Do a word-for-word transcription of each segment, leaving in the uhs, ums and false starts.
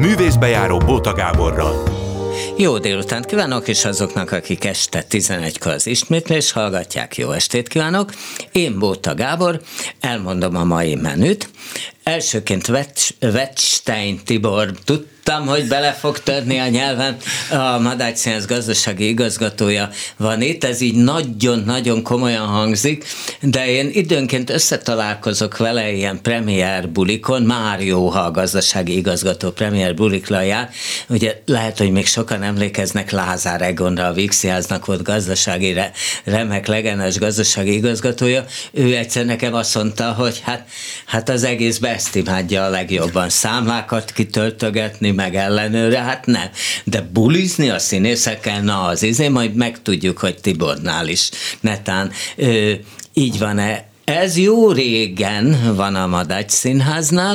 Művészbejáró Bóta Gáborral. Jó délutánt kívánok, és azoknak, akik este tizenegykor az ismétlés hallgatják, jó estét kívánok. Én Bóta Gábor, elmondom a mai menüt. Elsőként Wettstein Tibor, tudtam, hogy bele fog törni a nyelven, a Madács Színház gazdasági igazgatója van itt, ez így nagyon-nagyon komolyan hangzik, de én időnként összetalálkozok vele ilyen premier bulikon, már jó, ha a gazdasági igazgató premier bulikra jár, ugye lehet, hogy még sokan emlékeznek Lázár Egonra, a Víg Színháznak volt gazdasági, remek legendás gazdasági igazgatója, ő egyszer nekem azt mondta, hogy hát, hát az egészben ezt imádja a legjobban, számlákat kitöltögetni, meg ellenőre, hát nem. De bulizni a színészekkel, na az izé, majd megtudjuk, hogy Tibornál is netán ö, így van-e. Ez jó régen van a Madács Színháznál,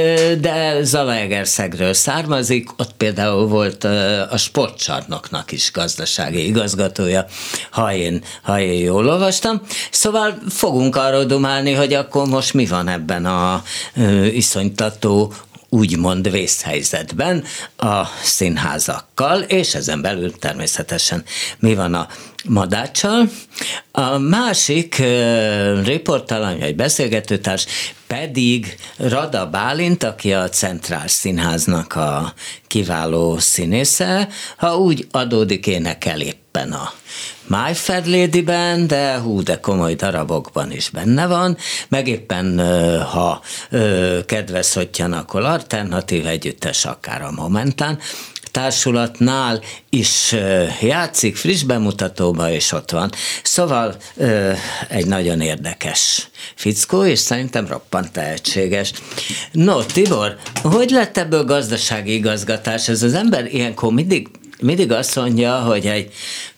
de Zalaegerszegről származik, ott például volt a sportcsarnoknak is gazdasági igazgatója, ha én, ha én jól olvastam. Szóval fogunk arról dumálni, hogy akkor most mi van ebben a iszonytató úgymond vészhelyzetben a színházakkal, és ezen belül természetesen mi van a Madáccsal. A másik uh, riportalany, vagy beszélgetőtárs pedig Rada Bálint, aki a Centrál Színháznak a kiváló színésze, ha úgy adódik, énekel éppen a My Fair Ladyben, de hú, de komoly darabokban is benne van, meg éppen ha kedves Szottyan, akkor alternatív együttes, akár a Momentán társulatnál is játszik, friss bemutatóban, és ott van. Szóval egy nagyon érdekes fickó, és szerintem roppant tehetséges. No, Tibor, hogy lett ebből gazdasági igazgatás? Ez az ember ilyenkor mindig Mindig azt mondja, hogy egy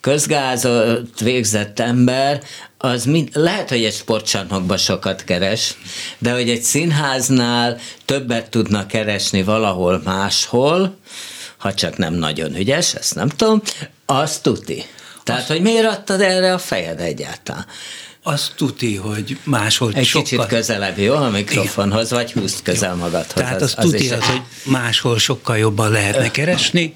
közgázot végzett ember, az mind, lehet, hogy egy sportcsarnokban sokat keres, de hogy egy színháznál többet tudna keresni valahol máshol, ha csak nem nagyon ügyes, ezt nem tudom, azt tuti. Tehát, azt, hogy miért adtad erre a fejed egyáltalán? Azt tuti, hogy máshol egy sokkal... kicsit közelebb, jó, a mikrofonhoz, vagy húzd közel magadhoz. Tehát az, azt az tuti, az, hogy máshol sokkal jobban lehetne keresni.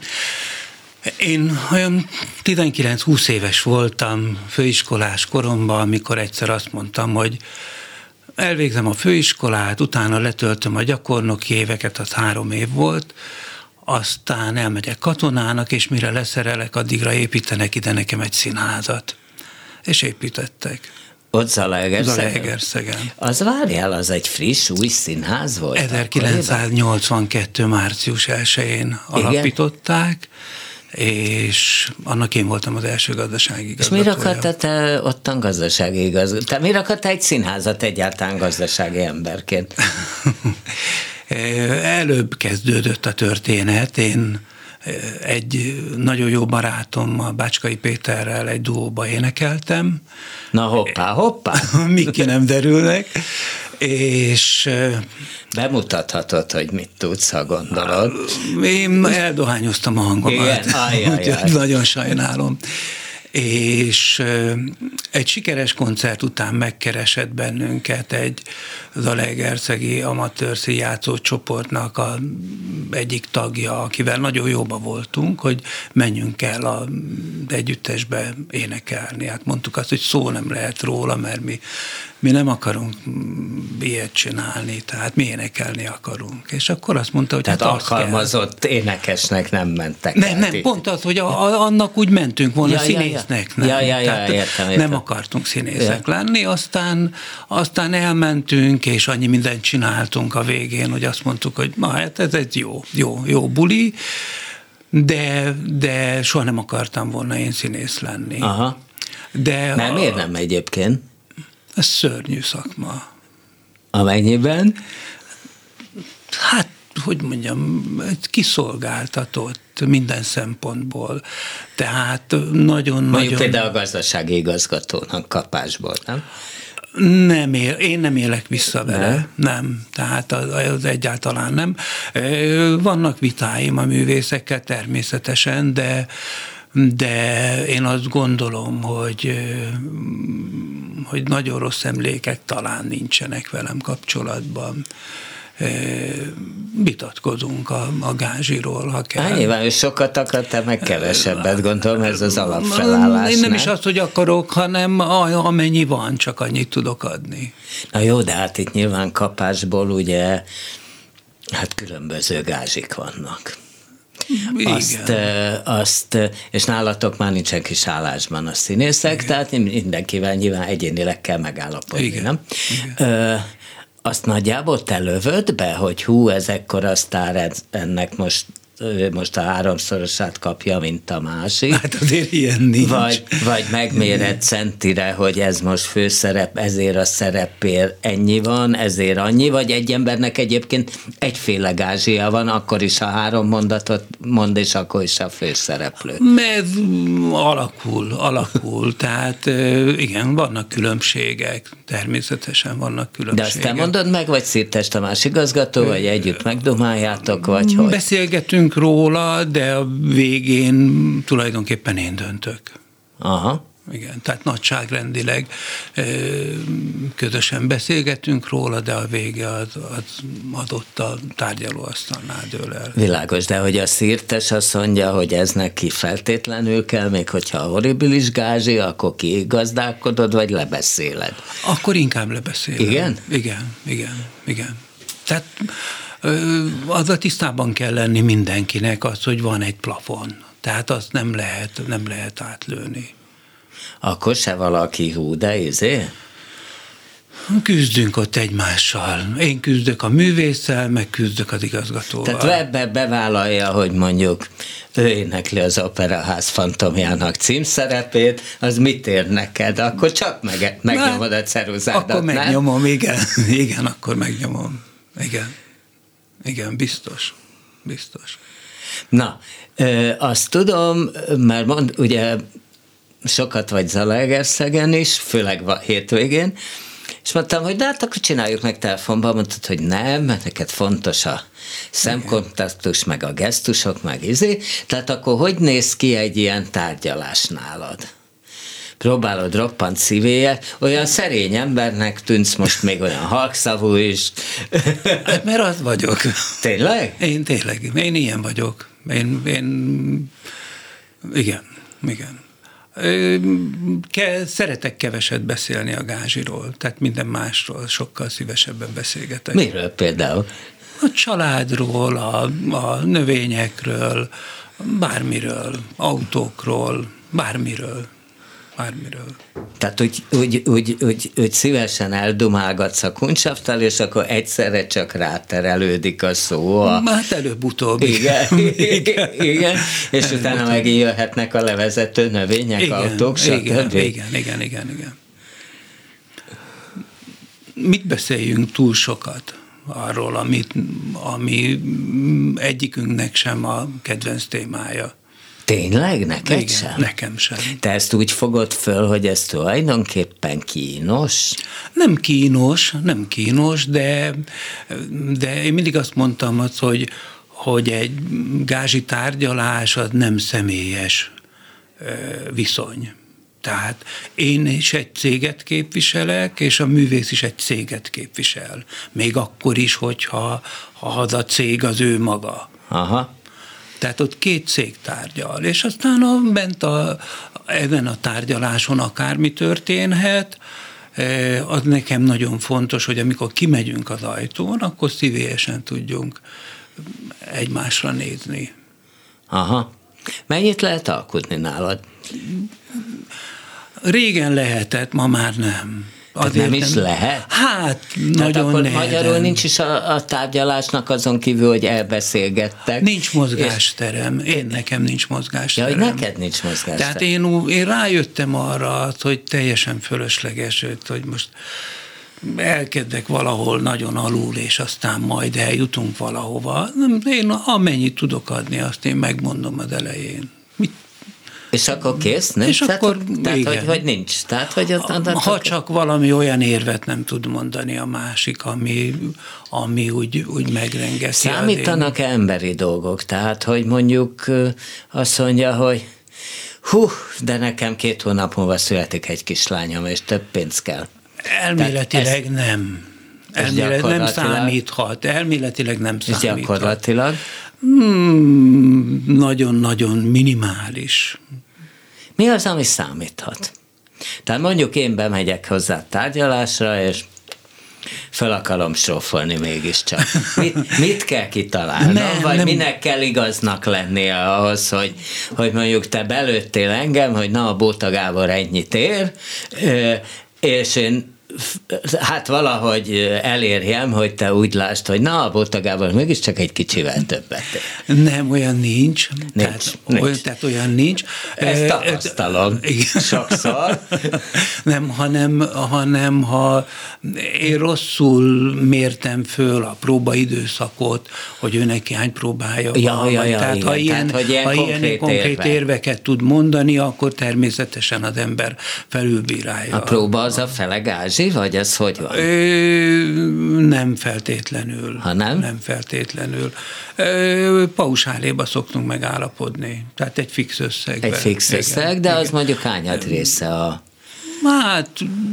Én olyan tizenkilenc-húsz éves voltam főiskolás koromban, amikor egyszer azt mondtam, hogy elvégzem a főiskolát, utána letöltöm a gyakornoki éveket, az három év volt, aztán elmegyek katonának, és mire leszerelek, addigra építenek ide nekem egy színházat. És építettek. Ott Zalaegerszegen? Zalaegerszegen. Az várjál, az egy friss, új színház volt? ezerkilencszáznyolcvankettő. március elsején alapították, és annak én voltam az első gazdasági igazgatója. És miért akartál te ottan gazdasági igazgatója? Te miért akartál egy színházat egyáltalán gazdasági emberként? Előbb kezdődött a történet. Én egy nagyon jó barátommal, Bácskai Péterrel egy duóba énekeltem. Na hoppá, hoppá! Mik ki nem derülnek. És bemutathatod, hogy mit tudsz, ha gondolod. Én eldohányoztam a hangomat. Igen, nagyon sajnálom. És egy sikeres koncert után megkeresett bennünket egy zalaegerszegi amatőr színjátszó csoportnak a egyik tagja, akivel nagyon jóba voltunk, hogy menjünk el az együttesbe énekelni. Hát mondtuk azt, hogy szó nem lehet róla, mert mi, mi nem akarunk ilyet csinálni, tehát mi énekelni akarunk. És akkor azt mondta, hogy tehát hát alkalmazott kell. Énekesnek nem mentek. Nem, nem, pont az, hogy a, a, annak úgy mentünk volna, ja, színésznek nem. Ja, ja, ja, tehát értem, értem. Nem akartunk színészek ja. lenni, aztán, aztán elmentünk, és annyi mindent csináltunk a végén, hogy azt mondtuk, hogy na, hát ez egy jó, jó, jó buli, de, de soha nem akartam volna én színész lenni. Aha. De nem, miért nem egyébként? Ez szörnyű szakma. Amennyiben? Hát, hogy mondjam, kiszolgáltatott minden szempontból. Tehát nagyon-nagyon... Mondjuk például a gazdasági igazgatónak kapásból, nem? Nem él, én nem élek vissza vele, nem. nem. Tehát az, az egyáltalán nem. Vannak vitáim a művészekkel természetesen, de de én azt gondolom, hogy, hogy nagyon rossz emlékek talán nincsenek velem kapcsolatban. vitatkozunk a, a gázsiról, ha kell. Hát nyilván, ő sokat akar, te meg kevesebbet, gondolom, ez az alapfelállás. Én nem, nem is azt, hogy akarok, hanem amennyi van, csak annyit tudok adni. Na jó, de hát itt nyilván kapásból ugye, hát különböző gázsik vannak. Igen. Azt, azt, és nálatok már nincsen kis állásban a színészek, igen. Tehát mindenkivel nyilván egyénileg kell megállapodni, igen. Nem? Igen. Ö, azt nagyjából te lövöd be, hogy hú, ez ekkora sztár, ennek most most a háromszorosát kapja, mint a másik. Hát azért ilyen nincs. Vagy, vagy megméred centire, hogy ez most főszerep, ezért a szerepér ennyi van, ezért annyi, vagy egy embernek egyébként egyféle gázsia van, akkor is a három mondatot mond, és akkor is a főszereplő. Mert alakul, alakul, tehát igen, vannak különbségek, természetesen vannak különbségek. De azt te mondod meg, vagy Szirtes Tamás igazgató, vagy együtt megdomáljátok, vagy hogy? Beszélgetünk róla, de a végén tulajdonképpen én döntök. Aha. Igen, tehát nagyságrendileg közösen beszélgetünk róla, de a vége az, az adott a tárgyalóasztalnál dől el. Világos, de hogy a Szirtes azt mondja, hogy ez neki feltétlenül kell, még hogyha a horribilis gázsi, akkor kigazdálkodod, vagy lebeszéled? Akkor inkább lebeszéled. Igen? Igen, igen, igen. Tehát azzal tisztában kell lenni mindenkinek az, hogy van egy plafon. Tehát azt nem lehet, nem lehet átlőni. Akkor se valaki hú, de izé? Küzdünk ott egymással. Én küzdök a művésszel, meg küzdök az igazgatóval. Tehát ebbe bevállalja, hogy mondjuk ő énekli az Operaház fantomjának címszerepét, az mit ér neked? Akkor csak meg, megnyomod a ceruzádat, Akkor nem? megnyomom, igen. Igen, akkor megnyomom. Igen. Igen, biztos. Biztos. Na, ö, azt tudom, mert mond, ugye sokat vagy Zalaegerszegen is, főleg hétvégén, és mondtam, hogy de hát akkor csináljuk meg telefonban, mondtad, hogy nem, mert neked fontos a szemkontaktus, meg a gesztusok, meg izé, tehát akkor hogy néz ki egy ilyen tárgyalás nálad? Próbálod roppant szívéje, olyan szerény embernek tűnsz, most még olyan halkszavú is. Hát mert az vagyok. Tényleg? Én tényleg, én ilyen vagyok. Én, én igen, igen. Ke, szeretek keveset beszélni a gázsiról, tehát minden másról sokkal szívesebben beszélgetek. Miről például? A családról, a, a növényekről, bármiről, autókról, bármiről. Bármiről. Tehát úgy, úgy, úgy, úgy, úgy szívesen eldumálgatsz a kuncsaftal, és akkor egyszerre csak ráterelődik a szó. A... Hát előbb-utóbb. Igen, igen, igen. És előbb utána megint jöhetnek a levezető növények, igen, autók, stb. Igen, igen, igen, igen, igen. Mit beszéljünk túl sokat arról, amit, ami egyikünknek sem a kedvenc témája? Tényleg? Neked igen, sem? Nekem sem. Te ezt úgy fogod föl, hogy ez tulajdonképpen kínos? Nem kínos, nem kínos, de, de én mindig azt mondtam, az, hogy, hogy egy gázsi tárgyalás az nem személyes viszony. Tehát én is egy céget képviselek, és a művész is egy céget képvisel. Még akkor is, hogyha ha az a cég az ő maga. Aha. Tehát ott két cég tárgyal, és aztán a, bent a, ezen a tárgyaláson akármi történhet, az nekem nagyon fontos, hogy amikor kimegyünk az ajtón, akkor szívélyesen tudjunk egymásra nézni. Aha. Mennyit lehet alkudni nálad? Régen lehetett, ma már nem. Tehát nem is lehet? Hát, tehát nagyon akkor nehezen. Magyarul nincs is a, a tárgyalásnak azon kívül, hogy elbeszélgettek. Nincs mozgásterem. És... Én nekem nincs mozgásterem. Ja, hogy neked nincs mozgásterem. Tehát én, én rájöttem arra, hogy teljesen fölösleges, hogy most elkezdek valahol nagyon alul, és aztán majd eljutunk valahova. Én amennyit tudok adni, azt én megmondom az elején. Mit? És akkor kész? Nem? És tehát, akkor tehát hogy, hogy nincs. Tehát, hogy ott, ott, ha csak valami olyan érvet nem tud mondani a másik, ami, ami úgy, úgy megrengeti. Számítanak én... emberi dolgok? Tehát, hogy mondjuk azt mondja, hogy hú, de nekem két hónap múlva születik egy kislányom, és több pénz kell. Elméletileg ezt... nem. Elméletileg nem számíthat, elméletileg nem számíthat. Gyakorlatilag? Hmm, nagyon-nagyon minimális. Mi az, ami számíthat? Tehát mondjuk én bemegyek hozzá tárgyalásra, és fel akarom srófolni mégiscsak. Mit, mit kell kitalálnom, nem, vagy nem. minek kell igaznak lennie ahhoz, hogy, hogy mondjuk te belőttél engem, hogy na, a Bóta Gábor ennyit ér, és én hát valahogy elérjem, hogy te úgy lásd, hogy na, a Bóta Gábor mégiscsak egy kicsivel többet ér. Nem, olyan nincs. Nincs, tehát, nincs. Olyan, tehát olyan nincs. Ezt tapasztalom sokszor. Nem, hanem, hanem ha én rosszul mértem föl a próbaidőszakot, hogy ő neki hány próbája ja, van. Ja, ja, tehát igen, ha ilyen, tehát, ilyen ha konkrét, ilyen konkrét érvek. érveket tud mondani, akkor természetesen az ember felülbírálja. A próba az a fele gázsi, vagy ez hogy van? Ö, nem feltétlenül. Ha nem? Nem feltétlenül. Ö, pausáléba szoktunk megállapodni. Tehát egy fix összegben. Egy fix igen, összeg, de igen. az mondjuk hányad része a... Hát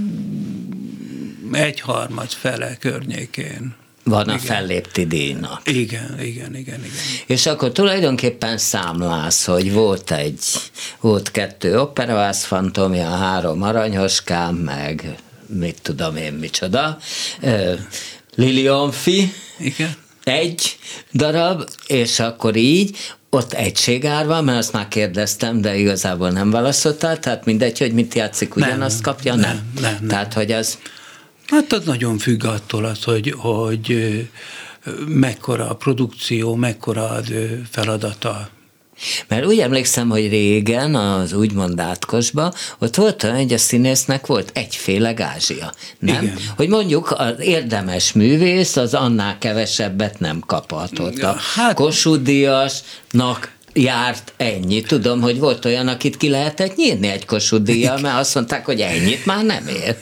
egyharmad fele környékén. Van igen. a fellépti díjnak. Igen, igen, igen, igen. És akkor tulajdonképpen számlász, hogy volt egy, volt kettő operaház fantomja, három aranyoskám, meg mit tudom én micsoda, Lilionfi, igen. egy darab, és akkor így, ott egységár van, mert azt már kérdeztem, de igazából nem válaszoltál, tehát mindegy, hogy mit játszik, ugyanazt nem, kapja? Nem, nem. nem, nem. Tehát, hogy az... Hát az nagyon függ attól az, hogy, hogy mekkora a produkció, mekkora az feladata. Mert úgy emlékszem, hogy régen az úgymond átkosban, ott volt olyan, hogy a színésznek volt egyféle gázsia, nem? Igen. Hogy mondjuk az érdemes művész az annál kevesebbet nem kaphatott. A hát, Kossuth Díjasnak járt ennyi. Tudom, hogy volt olyan, akit ki lehetett nyírni egy Kossuth Díjjal, mert azt mondták, hogy ennyit már nem ér.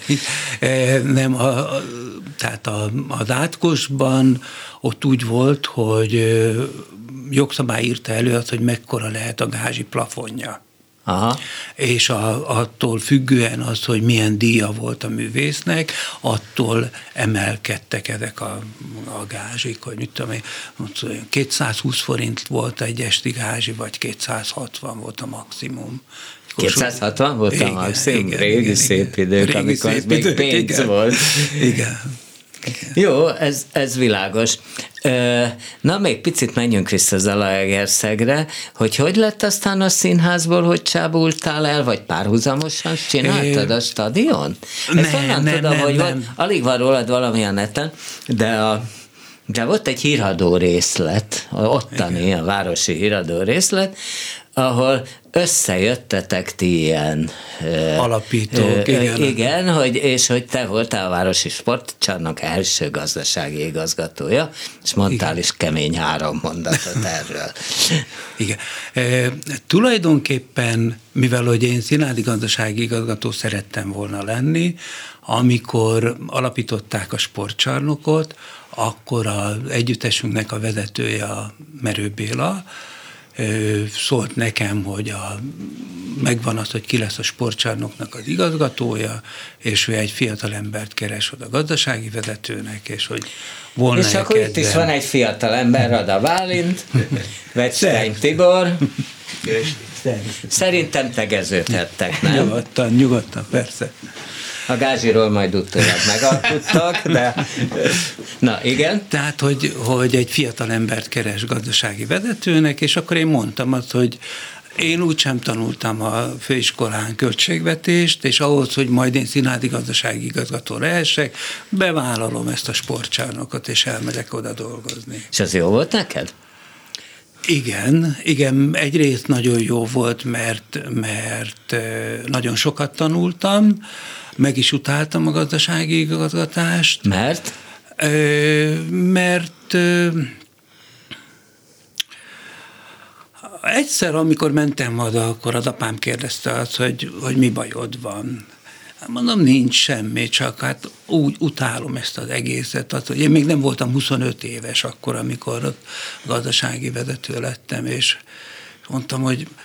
Nem, a, a, tehát a, az átkosban ott úgy volt, hogy jogszabály írta elő azt, hogy mekkora lehet a gázsi plafonja. Aha. És a, attól függően az, hogy milyen díja volt a művésznek, attól emelkedtek ezek a, a gázsik, hogy mit tudom én, kétszázhúsz forint volt egy esti gázsi, vagy kétszázhatvan volt a maximum. kétszázhatvan volt igen, a maximum? Igen, régi igen, szép igen. idők, régi amikor szép ez még idők, pénz igen. volt. Igen. Igen. Jó, ez, ez világos. Na, még picit menjünk vissza Zalaegerszegre, hogy hogy lett aztán a színházból, hogy csábultál el, vagy párhuzamosan csináltad a stadion? Ezt nem, onnan nem, tudom, nem, hogy nem. Volt, alig van rólad valami a neten, de a de volt egy híradó részlet, ottani, igen. A városi híradó részlet, ahol összejöttetek ti ilyen alapítók, ö, igen. igen, hogy, és hogy te voltál a városi sportcsarnok első gazdasági igazgatója, és mondtál igen. is kemény három mondatot erről. Igen. E, tulajdonképpen, mivel hogy én színházi gazdasági igazgató szerettem volna lenni, amikor alapították a sportcsarnokot, akkor az együttesünknek a vezetője, a Merő Béla, szólt nekem, hogy a, megvan az, hogy ki lesz a sportcsarnoknak az igazgatója, és ő egy fiatal embert keres oda gazdasági vezetőnek, és hogy volna És akkor itt is van egy fiatal ember, Rada Bálint, Vecstein Tibor. Szerintem tegeződhettek, nem? Nyugodtan, nyugodtan, persze. A gázsiról majd utólag megalkuttak, de... Na, igen. Tehát, hogy, hogy egy fiatal embert keres gazdasági vezetőnek, és akkor én mondtam azt, hogy én úgysem tanultam a főiskolán költségvetést, és ahhoz, hogy majd én színházi gazdasági igazgató lehessek, bevállalom ezt a sportcsarnokot, és elmegyek oda dolgozni. És az jó volt neked? Igen, igen, egyrészt nagyon jó volt, mert, mert nagyon sokat tanultam, meg is utáltam a gazdasági igazgatást. Mert? Mert egyszer, amikor mentem oda, akkor az apám kérdezte azt, hogy, hogy mi bajod van. Mondom, nincs semmi, csak hát úgy utálom ezt az egészet. Az, hogy én még nem voltam huszonöt éves akkor, amikor gazdasági vezető lettem, és mondtam, hogy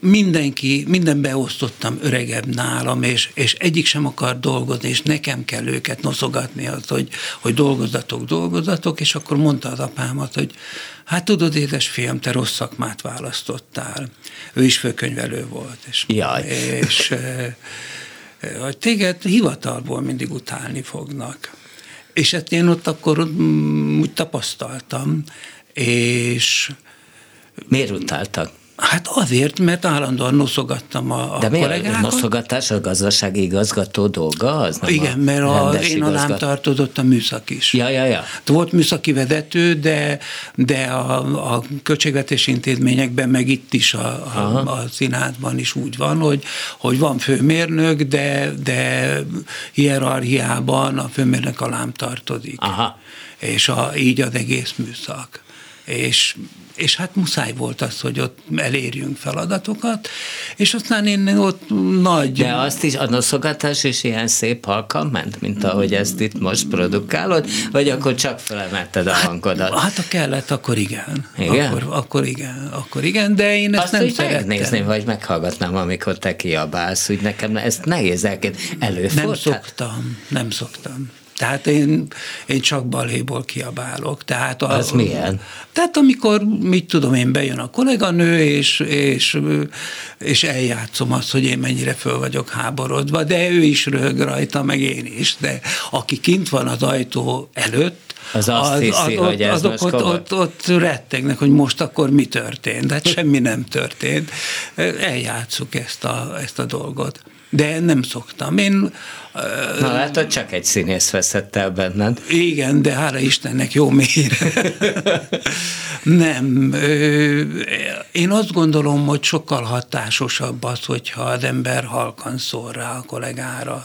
mindenki, minden beosztottam öregebb nálam, és, és egyik sem akar dolgozni, és nekem kell őket noszogatni azt, hogy, hogy dolgozzatok, dolgozzatok, és akkor mondta az apámat, hogy hát tudod, édesfiam, te rossz szakmát választottál. Ő is főkönyvelő volt. És, Jaj. és hogy téged hivatalból mindig utálni fognak. És ezt én ott akkor úgy tapasztaltam, és... Miért utáltak? Hát azért, mert állandóan noszogattam a, a De kollégákat. De miért a noszogatás a gazdasági igazgató dolga? Az nem igen, mert a, én alám tartozott a műszak is. Ja, ja, ja. Volt műszaki vezető, de, de a, a költségvetési intézményekben, meg itt is a, a, a színházban is úgy van, hogy, hogy van főmérnök, de, de hierarchiában a főmérnök alám tartozik. Aha. És a, így az egész műszak. És és hát muszáj volt az, hogy ott elérjünk feladatokat, és aztán én ott nagy... De azt is, a noszogatás is ilyen szép halkan ment, mint ahogy ezt itt most produkálod, vagy akkor csak felemelted a hangodat? Hát, hát ha kellett, akkor igen. Igen? Akkor, akkor igen, akkor igen, de én ezt azt nem úgy szerettem. megnézném, vagy meghallgatnám, amikor te kiabálsz, úgy nekem ezt nehéz elként előfordul. Nem szoktam, nem szoktam. Tehát én, én csak baléból kiabálok. Tehát a, az milyen? Tehát amikor, mit tudom én, bejön a kolléganő, és, és, és eljátszom azt, hogy én mennyire föl vagyok háborodva, de ő is röhög rajta, meg én is, de aki kint van az ajtó előtt, az azt az, hiszi, az, hogy ez azok ott, ott, ott rettegnek, hogy most akkor mi történt. Hát semmi nem történt. Eljátszuk ezt a, ezt a dolgot. De nem szoktam. Én... Na látod, csak egy színész veszett el benned. Igen, de hála Istennek jó mélyre. Nem. Én azt gondolom, hogy sokkal hatásosabb az, hogyha az ember halkan szól rá a kollégára.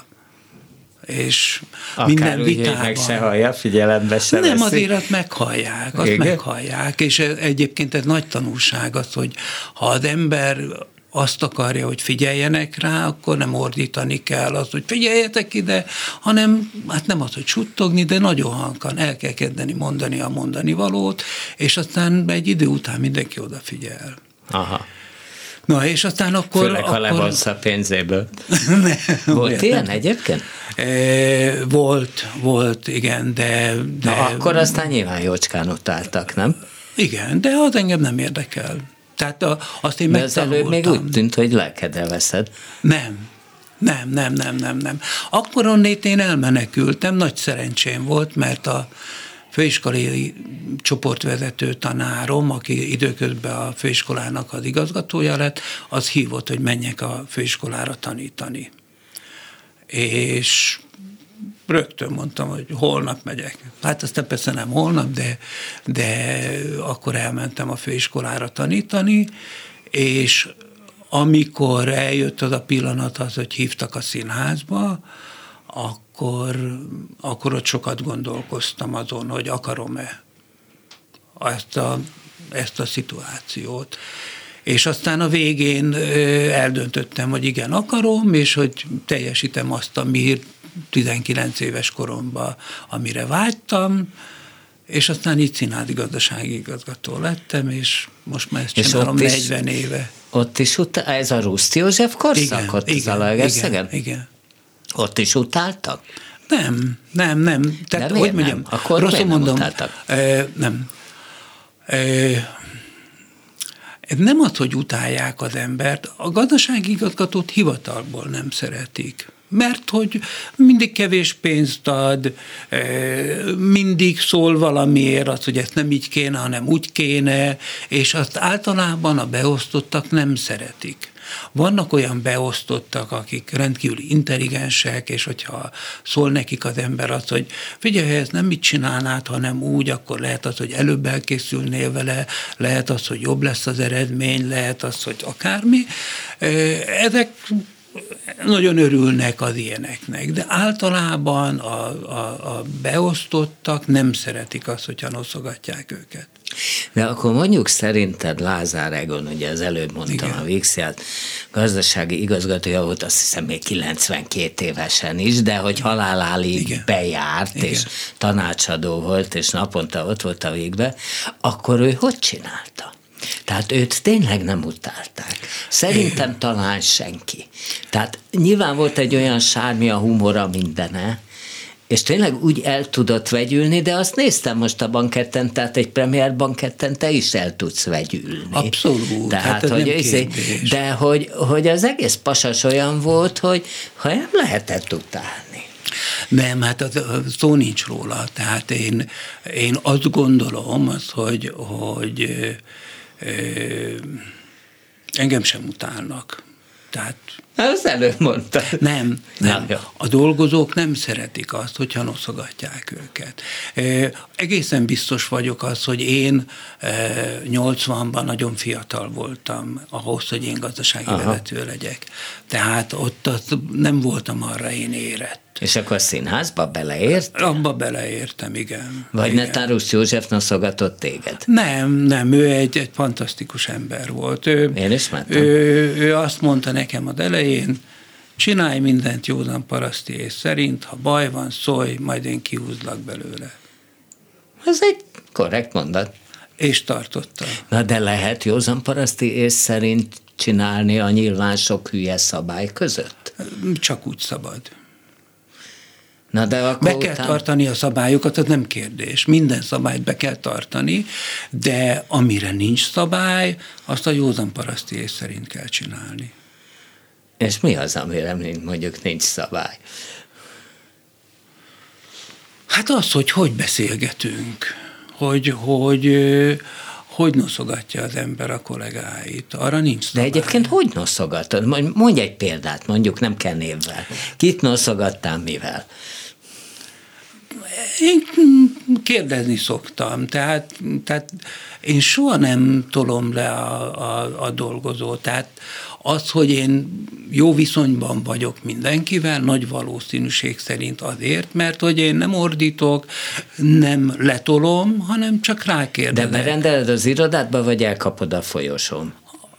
És akár minden úgy, vitában. Meg se hallja, figyelembe se Nem, veszi. azért azt meghallják, azt igen? meghallják, és egyébként ez nagy tanulság az, hogy ha az ember azt akarja, hogy figyeljenek rá, akkor nem ordítani kell azt, hogy figyeljetek ide, hanem hát nem az, hogy suttogni, de nagyon halkan el kell kezdeni mondani a mondani valót, és aztán egy idő után mindenki odafigyel. Aha. Na, és aztán akkor... Főleg, ha akkor... levonsz a pénzéből. ne, volt ilyen nem. Egyébként? E, volt, volt, igen, de... de... Na, akkor aztán nyilván jócskán utáltak, nem? Igen, de az engem nem érdekel. Tehát a, azt én de az előbb még úgy tűnt, hogy lelkedre veszed. Nem, nem, nem, nem, nem, nem. Akkor onnét én elmenekültem, nagy szerencsém volt, mert a főiskolai csoportvezető tanárom, aki időközben a főiskolának az igazgatója lett, az hívott, hogy menjek a főiskolára tanítani. És rögtön mondtam, hogy holnap megyek. Hát aztán persze nem holnap, de, de akkor elmentem a főiskolára tanítani, és amikor eljött az a pillanat az, hogy hívtak a színházba, akkor, akkor ott sokat gondolkoztam azon, hogy akarom-e ezt a, ezt a szituációt. És aztán a végén eldöntöttem, hogy igen, akarom, és hogy teljesítem azt, ami tizenkilenc éves koromban, amire vágytam, és aztán így színházigazdasági igazgató lettem, és most már ezt csinálom negyven éve. Ott is utál, ez a Ruszt József korszak, igen, ott igen, Zalaegerszegen? Igen, igen. Ott is utáltak? Nem, nem, nem. Tehát, de hogy mondjam, nem? Akkor rosszul nem mondom, utáltak? E, nem. E, nem az, hogy utálják az embert, a gazdasági igazgatót hivatalból nem szeretik. Mert hogy mindig kevés pénzt ad, mindig szól valamiért az, hogy ezt nem így kéne, hanem úgy kéne, és azt általában a beosztottak nem szeretik. Vannak olyan beosztottak, akik rendkívül intelligensek, és hogyha szól nekik az ember az, hogy figyelj, ezt nem mit csinálnád, hanem úgy, akkor lehet az, hogy előbb elkészülnél vele, lehet az, hogy jobb lesz az eredmény, lehet az, hogy akármi. Ezek nagyon örülnek az ilyeneknek, de általában a, a, a beosztottak nem szeretik azt, hogyha noszogatják őket. De akkor mondjuk szerinted Lázár Egon, ugye az előbb mondtam, igen, a Vígsziát gazdasági igazgatója volt, azt hiszem még kilencvenkét évesen is, de hogy halálálig igen, bejárt, igen, és tanácsadó volt, és naponta ott volt a Végbe, akkor ő hogy csinálta? Tehát őt tényleg nem utálták. Szerintem talán senki. Tehát nyilván volt egy olyan sármi a humora mindene, és tényleg úgy el tudott vegyülni, de azt néztem most a banketten, tehát egy premier banketten te is el tudsz vegyülni. Abszolút. Tehát, hát hogy izé, de hogy, hogy az egész pasas olyan volt, hogy ha nem lehetett utálni. Nem, hát az, az szó nincs róla. Tehát én, én azt gondolom, az, hogy, hogy ö, ö, engem sem utálnak. Tehát az előbb mondta. Nem, nem. Na, a dolgozók nem szeretik azt, hogyha noszogatják őket. E, egészen biztos vagyok az, hogy én e, nyolcvanban nagyon fiatal voltam ahhoz, hogy én gazdasági Aha. vezető legyek. Tehát ott nem voltam arra én érett. És akkor a színházba beleért? Abba beleértem, igen. Vagy igen. netán Rusz József noszogatott téged? Nem, nem, ő egy, egy fantasztikus ember volt. Ő, Én is mentem. Ő, ő azt mondta nekem az elején, csinálj mindent józan paraszti ész szerint, ha baj van, szólj, majd én kihúzlak belőle. Ez egy korrekt mondat. És tartotta. Na de lehet józan paraszti ész szerint csinálni a nyilván sok hülye szabály között? Csak úgy szabad. Na de akkor be kell után... tartani a szabályokat, az nem kérdés. Minden szabályt be kell tartani, de amire nincs szabály, azt a józan paraszti ész szerint kell csinálni. És mi az, amire mondjuk nincs szabály? Hát az, hogy hogy beszélgetünk, hogy hogy, hogy noszogatja az ember a kollégáit, arra nincs szabály. De egyébként hogy noszogatod? Mondj egy példát, mondjuk nem kell névvel. Kit noszogattál, mivel? Én kérdezni szoktam, tehát, tehát én soha nem tolom le a, a, a dolgozót, tehát az, hogy én jó viszonyban vagyok mindenkivel, nagy valószínűség szerint azért, mert hogy én nem ordítok, nem letolom, hanem csak rákérdezek. De berendeled az irodádba, vagy elkapod a folyosón?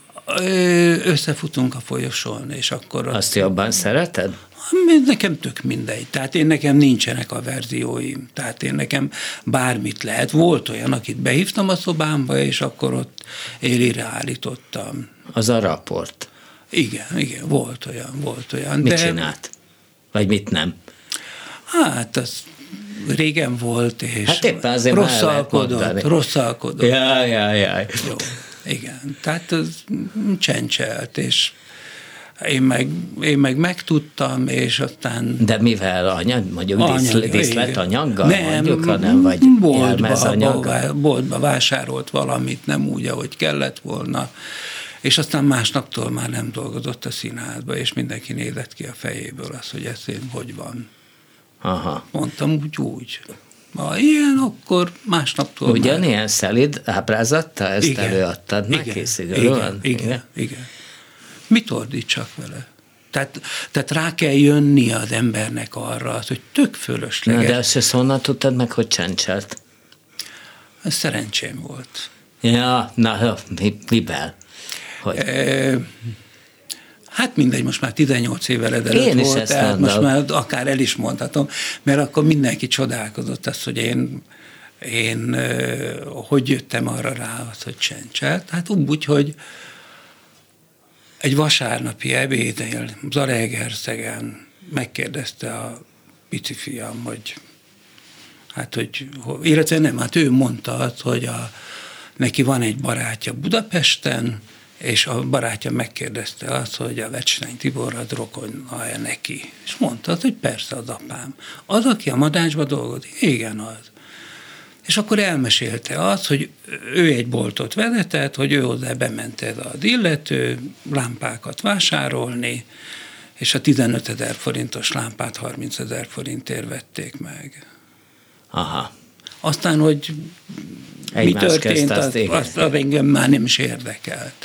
Összefutunk a folyosón, és akkor... Azt jobban szereted? Nekem tök mindegy. Tehát én nekem nincsenek a verzióim. Tehát én nekem bármit lehet. Volt olyan, akit behívtam a szobámba, és akkor ott élére állítottam. Az a raport. Igen, igen, volt olyan, volt olyan. Mit de... csinált? Vagy mit nem? Hát, az régen volt, és hát éppen azért rosszalkodott, rosszalkodott. Jaj, jaj, jaj. Jó, igen. Tehát az csencselt, és Én meg, én meg megtudtam, és aztán... De mivel anyag, mondjuk anyag, diszlet anyaggal nem, mondjuk, hanem vagy jelmezanyaggal? Boltba vásárolt valamit, nem úgy, ahogy kellett volna, és aztán másnaptól már nem dolgozott a színházba, és mindenki nézett ki a fejéből az, hogy ez én hogy van. Aha. Mondtam úgy, úgy. Ha ilyen, akkor másnaptól ugyanilyen már... szelid ábrázatta, ezt igen, előadtad igen, neki igen, szigorúan? igen, igen, igen. Mit ordítsak vele? Tehát, tehát rá kell jönni az embernek arra, hogy tök fölösleges. Na de azt ezt honnan tudtad meg, hogy csencselt? Ez szerencsém volt. Ja, na, mivel? Hogy? E, hát mindegy, most már tizennyolc évvel ezelőtt én volt, tehát mondom. most már akár el is mondhatom, mert akkor mindenki csodálkozott azt, hogy én, én hogy jöttem arra rá, az, hogy csencselt. Hát úgy, hogy egy vasárnapi ebédnél Zalaegerszegen megkérdezte a pici fiam, hogy hát, hogy, illetve nem, hát ő mondta azt, hogy a, neki van egy barátja Budapesten, és a barátja megkérdezte azt, hogy a Vecslány Tibor az rokona-e neki. És mondta azt, hogy persze az apám. Az, aki a Madácsban dolgozik? Igen, az. És akkor elmesélte azt, hogy ő egy boltot vezetett, hogy ő hozzá bement ez az illető lámpákat vásárolni, és a tizenötezer forintos lámpát harmincezer forintért vették meg. Aha. Aztán, hogy egymás mi történt, azt, azt, azt, azt engem már nem is érdekelt.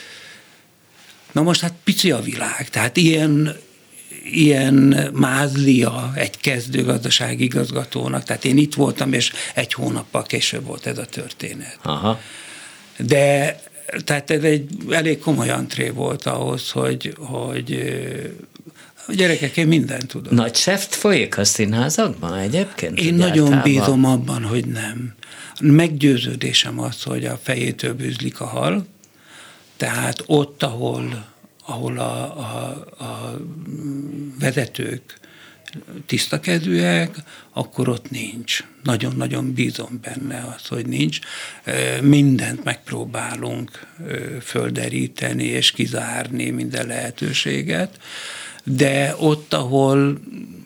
Na most hát pici a világ, tehát ilyen ilyen mázlia egy kezdőgazdasági igazgatónak, tehát én itt voltam, és egy hónappal később volt ez a történet. Aha. De tehát ez egy elég komoly antré volt ahhoz, hogy, hogy gyerekek, én mindent tudok. Nagy seft folyik a színházakban egyébként? Én nagyon általában bízom abban, hogy nem. Meggyőződésem az, hogy a fejétől bűzlik a hal, Tehát ott, ahol, ahol a, a, a vezetők tisztakedvűek, akkor ott nincs. Nagyon-nagyon bízom benne az, hogy nincs. Mindent megpróbálunk földeríteni és kizárni minden lehetőséget, de ott, ahol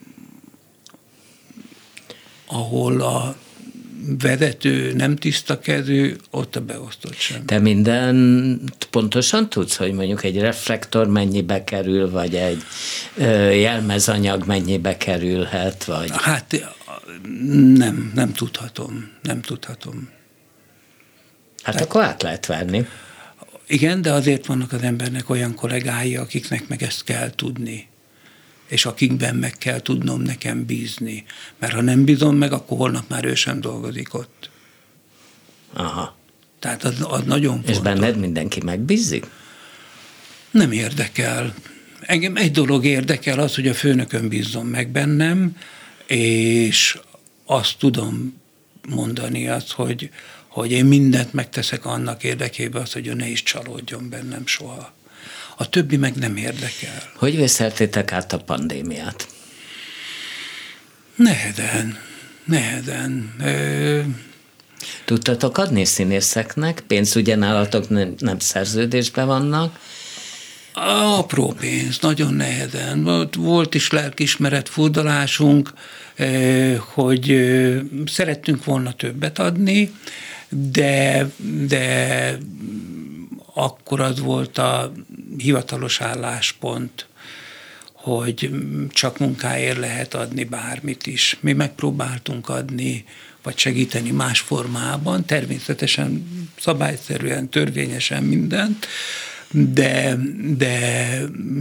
ahol a vezető nem tisztakedvű, ott a beosztott sem. Te mindent pontosan tudsz, hogy mondjuk egy reflektor mennyibe kerül, vagy egy ö, jelmezanyag mennyibe kerülhet, vagy... Hát nem, nem tudhatom, nem tudhatom. Hát Tehát, akkor át lehet venni. Igen, de azért vannak az embernek olyan kollégái, akiknek meg ezt kell tudni, és akikben meg kell tudnom nekem bízni. Mert ha nem bízom meg, akkor holnap már ő sem dolgozik ott. Aha. Tehát az, az nagyon fontos. És benned mindenki megbízik? Nem érdekel. Engem egy dolog érdekel, az, hogy a főnökön bízzon meg bennem, és azt tudom mondani, az, hogy, hogy én mindent megteszek annak érdekében, az, hogy ő ne is csalódjon bennem soha. A többi meg nem érdekel. Hogy vészeltétek át a pandémiát? Nehezen, nehezen. Ö... Tudtatok adni színészeknek? Pénz ugye nálatok nem, nem szerződésben vannak? Apró pénz, nagyon nehezen. Volt is lelkiismeret furdalásunk, hogy szerettünk volna többet adni, de, de akkor az volt a hivatalos álláspont, hogy csak munkáért lehet adni bármit is. Mi megpróbáltunk adni, vagy segíteni más formában, természetesen szabályszerűen, törvényesen mindent, de, de,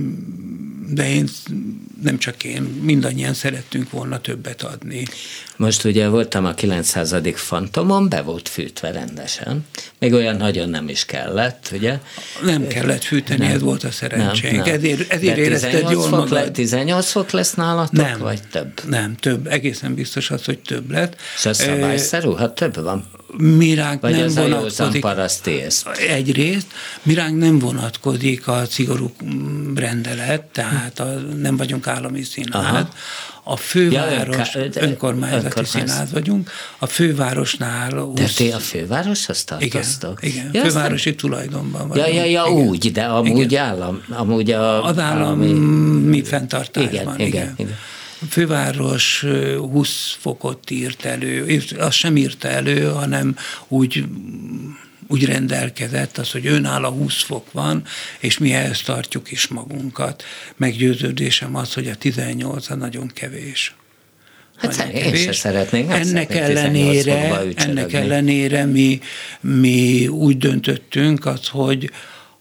de én, nem csak én, mindannyian szerettünk volna többet adni. Most ugye voltam a kilencszázadik Fantomon, be volt fűtve rendesen. Még olyan nagyon nem is kellett, ugye? Nem kellett fűteni, nem, ez volt a szerencsénk. Nem, nem. Ezért, ezért érezted jól magad. Le, tizennyolc fok lesz nálatok, nem, vagy több? Nem, több. Egészen biztos az, hogy több lett. És a szabályszerű, ha több van? Mi ránk vagy nem az vonatkozik. A parasztész? Egyrészt, mi ránk nem vonatkozik a szigorú rendelet, tehát a, nem vagyunk állami színház. Aha. A főváros, ja, önká, önkormányzati önkormányz. színház vagyunk, a fővárosnál... De húsz... ti a fővároshoz tartoztok? Igen, igen ja, fővárosi aztán... tulajdonban vagyunk. Ja, ja, ja úgy, de amúgy igen. állam, amúgy a... Az állami mi fenntartásban, igen. igen. igen. A főváros húsz fokot írt elő, azt sem írta elő, hanem úgy... úgy rendelkezett az, hogy önálló húsz fok van, és mi ehhez tartjuk is magunkat. Meggyőződésem az, hogy a tizennyolc nagyon kevés. Hát nagyon én kevés. Se szeretnénk. Ennek ellenére, ennek ellenére mi, mi úgy döntöttünk az, hogy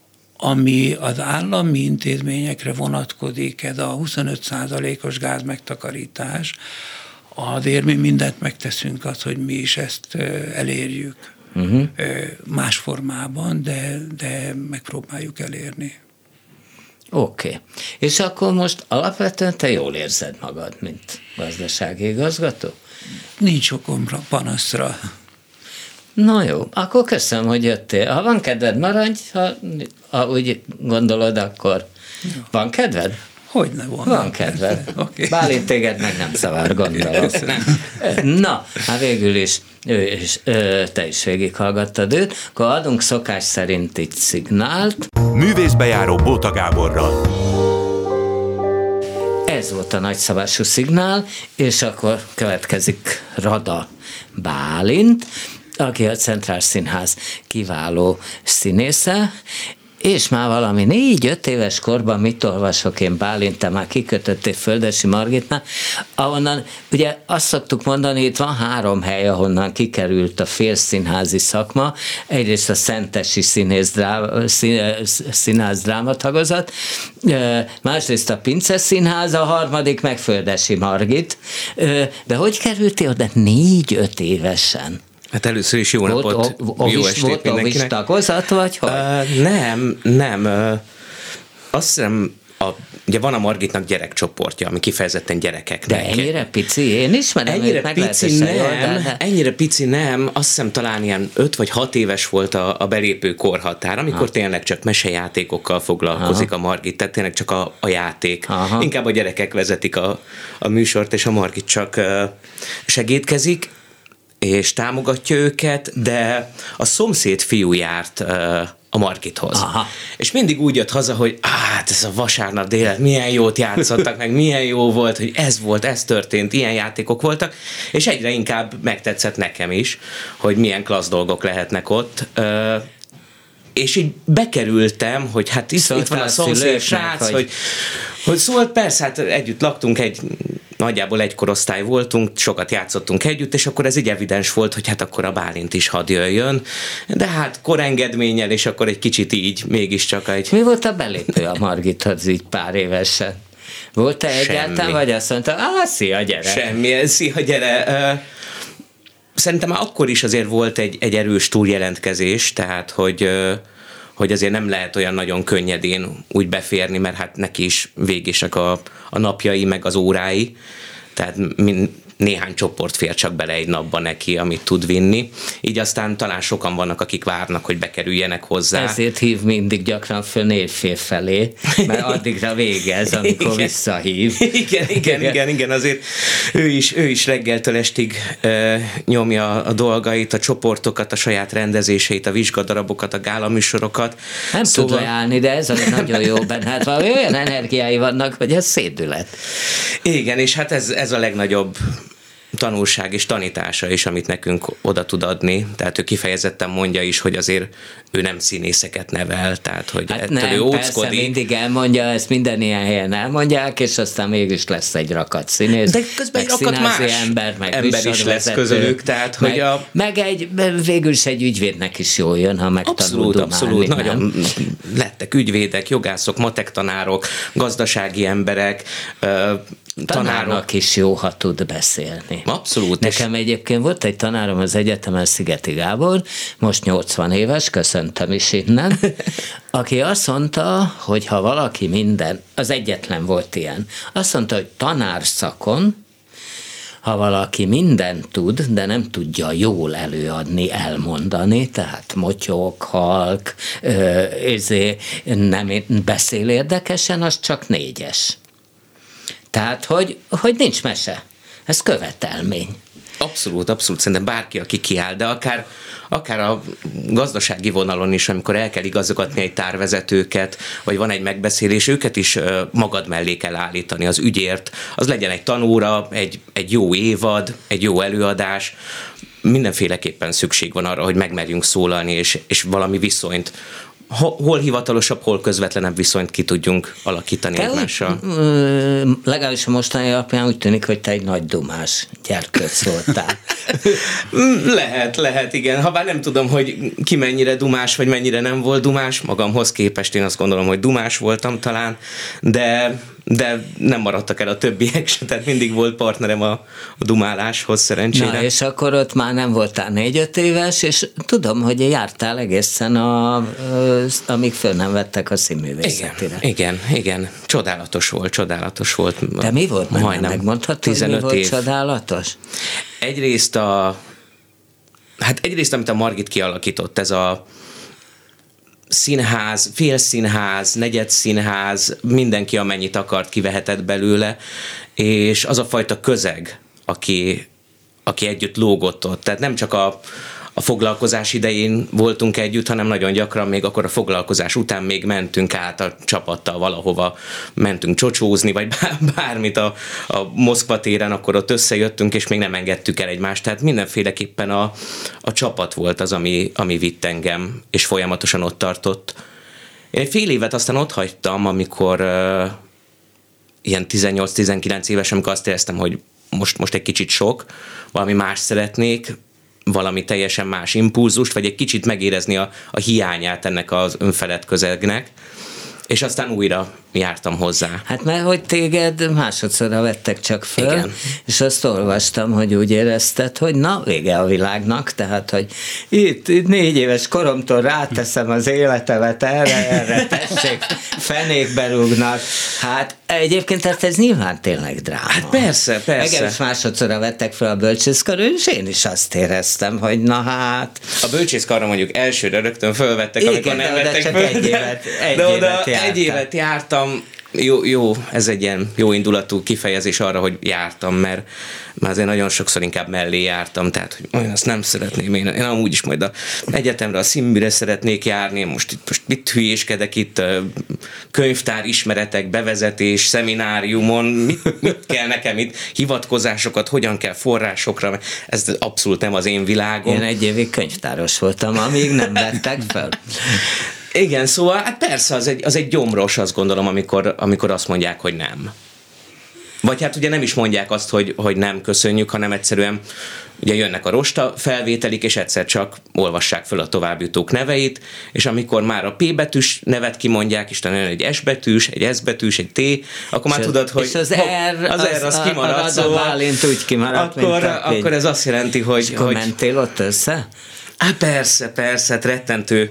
ami az állami intézményekre vonatkozik, ez a huszonöt százalékos gázmegtakarítás, azért mi mindent megteszünk az, hogy mi is ezt elérjük. Uh-huh. Más formában, de, de megpróbáljuk elérni. Oké. Okay. És akkor most alapvetően te jól érzed magad, mint gazdasági igazgató? Nincs okom panaszra. Na jó, akkor köszönöm, hogy jöttél. Ha van kedved, maradj, ha, ha úgy gondolod, akkor jó. Van kedved? Hogyne van. Van kedved. Okay. Bálint téged meg nem szavar, gondolom. Na, hát végül is, ő is ő, te is végighallgattad őt, akkor adunk szokás szerint egy szignált. Művészbejáró Bóta Gáborral. Ez volt a nagyszabású szignál, és akkor következik Rada Bálint, aki a Centrál Színház kiváló színésze, és már valami négy-öt éves korban mit olvasok én, Bálint, te már kikötöttél Földesi Margitnál, ahonnan, ugye azt szoktuk mondani, itt van három hely, ahonnan kikerült a félszínházi szakma, egyrészt a Szentesi Színész drá, Színház drámatagozat, másrészt a Pince Színház, a harmadik meg Földesi Margit, de hogy kerültél oda négy-öt évesen? Hát először is jó volt, napot, o, o, jó vis, estét volt mindenkinek. Volt tagozat, vagy hogy? Uh, nem, nem. Uh, azt hiszem, A, ugye van a Margitnak gyerekcsoportja, ami kifejezetten gyerekeknek. De ennyire pici? Én ismerem, ennyire őt pici nem, jól, de... ennyire pici nem, azt hiszem talán ilyen öt vagy hat éves volt a, a belépő korhatár, amikor ha. tényleg csak mesejátékokkal foglalkozik Aha. a Margit, tehát tényleg csak a, a játék. Aha. Inkább a gyerekek vezetik a, a műsort, és a Margit csak uh, segítkezik, és támogatja őket, de a szomszéd fiú járt uh, a Margithoz. Aha. És mindig úgy jött haza, hogy hát ez a vasárnap délet, milyen jót játszottak, meg milyen jó volt, hogy ez volt, ez történt, ilyen játékok voltak, és egyre inkább megtetszett nekem is, hogy milyen klassz dolgok lehetnek ott. És így bekerültem, hogy hát itt, itt van a szomszéd srác, hogy, hogy, hogy szóval persze, hát együtt laktunk, egy nagyjából egy korosztály voltunk, sokat játszottunk együtt, és akkor ez így evidens volt, hogy hát akkor a Bálint is hadd jöjjön, de hát korengedménnyel, és akkor egy kicsit így mégiscsak egy... Mi volt a belépő a Margithoz így pár évesen? Volt-e egyáltalán, vagy azt mondta, ah, szia, gyere? Semmi, szia, gyere. Szerintem már akkor is azért volt egy, egy erős túljelentkezés, tehát, hogy... hogy azért nem lehet olyan nagyon könnyedén úgy beférni, mert hát neki is végések a, a napjai, meg az órái, tehát min, néhány csoport fér csak bele egy napba neki, amit tud vinni. Így aztán talán sokan vannak, akik várnak, hogy bekerüljenek hozzá. Ezért hív mindig gyakran föl névfél felé, mert addigra végez, amikor igen. visszahív. Igen, igen, igen, igen, azért ő is, ő is reggeltől estig uh, nyomja a dolgait, a csoportokat, a saját rendezéseit, a vizsgadarabokat, a gálaműsorokat. Nem szóval... tud leállni, de ez az nagyon jó benne. Hát valami olyan energiái vannak, hogy ez szédület. Igen, és hát ez, ez a legnagyobb tanulság és tanítása is, amit nekünk oda tud adni. Tehát ő kifejezetten mondja is, hogy azért ő nem színészeket nevel, tehát hogy hát nem, ő persze mindig elmondja, ezt minden ilyen helyen elmondják, és aztán mégis lesz egy rakat színész. De közben egy rakat más ember, meg ember is lesz közülük, tehát meg, hogy a... Meg egy, végül is egy ügyvédnek is jól jön, ha megtanul abszolút, dumálni. Abszolút, nagyon lettek ügyvédek, jogászok, matektanárok, gazdasági emberek, tanárnak is jó, ha tud beszélni. Abszolút. Nekem egyébként volt egy tanárom az egyetemen, Szigeti Gábor, most nyolcvan éves, köszöntöm is innen, aki azt mondta, hogy ha valaki minden, az egyetlen volt ilyen, azt mondta, hogy tanárszakon, ha valaki mindent tud, de nem tudja jól előadni, elmondani, tehát motyog, halk, ezért nem beszél érdekesen, az csak négyes. Tehát, hogy, hogy nincs mese. Ez követelmény. Abszolút, abszolút. Szerintem bárki, aki kiáll, de akár, akár a gazdasági vonalon is, amikor el kell igazgatni egy tárvezetőket, vagy van egy megbeszélés, őket is magad mellé kell állítani az ügyért. Az legyen egy tanóra, egy, egy jó évad, egy jó előadás. Mindenféleképpen szükség van arra, hogy megmerjünk szólalni, és, és valami viszonyt, hol hivatalosabb, hol közvetlenebb viszonyt ki tudjunk alakítani te egymással. Úgy, ö, legalábbis a mostani alapján úgy tűnik, hogy te egy nagy dumás gyerkőc voltál. lehet, lehet, igen. Habár nem tudom, hogy ki mennyire dumás, vagy mennyire nem volt dumás. Magamhoz képest én azt gondolom, hogy dumás voltam talán, de, de nem maradtak el a többiek se, tehát mindig volt partnerem a, a dumáláshoz, szerencsére. Na, és akkor ott már nem voltál négy-öt éves, és tudom, hogy jártál egészen a amíg föl nem vettek a színművészetére. Igen, igen, igen. Csodálatos volt, csodálatos volt. De mi volt? Majdnem megmondhatod, hogy mi volt év. Csodálatos? Egyrészt a hát egyrészt, amit a Margit kialakított, ez a színház, félszínház, negyedszínház, mindenki amennyit akart, kivehetett belőle, és az a fajta közeg, aki, aki együtt lógott ott. Tehát nem csak a A foglalkozás idején voltunk együtt, hanem nagyon gyakran még akkor a foglalkozás után még mentünk át a csapattal valahova, mentünk csocsózni, vagy bármit a, a Moszkva téren, akkor ott összejöttünk, és még nem engedtük el egymást. Tehát mindenféleképpen a, a csapat volt az, ami, ami vitt engem, és folyamatosan ott tartott. Én egy fél évet aztán ott hagytam, amikor uh, ilyen tizennyolc-tizenkilenc éves, amikor azt éreztem, hogy most, most egy kicsit sok, valami más szeretnék, valami teljesen más impulzust, vagy egy kicsit megérezni a, a hiányát ennek az önfelett közegnek, és aztán újra jártam hozzá. Hát mert hogy téged másodszorra vettek csak föl, igen. És azt olvastam, hogy úgy érezted, hogy na, vége a világnak, tehát, hogy itt, itt négy éves koromtól ráteszem az életemet erre, erre, tessék, fenékbe rúgnak. Hát egyébként tehát ez nyilván tényleg dráma. Hát persze, persze. Engem is másodszorra vettek fel a bölcsészkarra, és én is azt éreztem, hogy na hát... A bölcsészkarra mondjuk elsőre rögtön fölvettek, igen, amikor nem vettek csak föl. Egy évet, egy de évet oda egy évet jártam. Jó, jó, ez egy ilyen jó indulatú kifejezés arra, hogy jártam, mert már azért nagyon sokszor inkább mellé jártam, tehát hogy olyan azt nem szeretném, én, én amúgy is majd a egyetemre, a színműre szeretnék járni, most itt most mit hülyéskedek itt, könyvtár ismeretek, bevezetés, szemináriumon, mit, mit kell nekem itt, hivatkozásokat, hogyan kell forrásokra, ez abszolút nem az én világom. Én egy évig könyvtáros voltam, amíg nem vettek fel. Igen, szóval hát persze az egy, az egy gyomros, azt gondolom, amikor, amikor azt mondják, hogy nem. Vagy hát ugye nem is mondják azt, hogy, hogy nem köszönjük, hanem egyszerűen ugye jönnek a rosta felvételik, és egyszer csak olvassák föl a továbbjutók neveit, és amikor már a P betűs nevet kimondják, és talán egy S betűs, egy S betűs, egy T, akkor már tudod, hogy és az R az, az, az kimaradt, a, szóval Bálint úgy kimaradt, akkor, akkor ez azt jelenti, hogy... És akkor mentél ott össze? Hát persze, persze, hát rettentő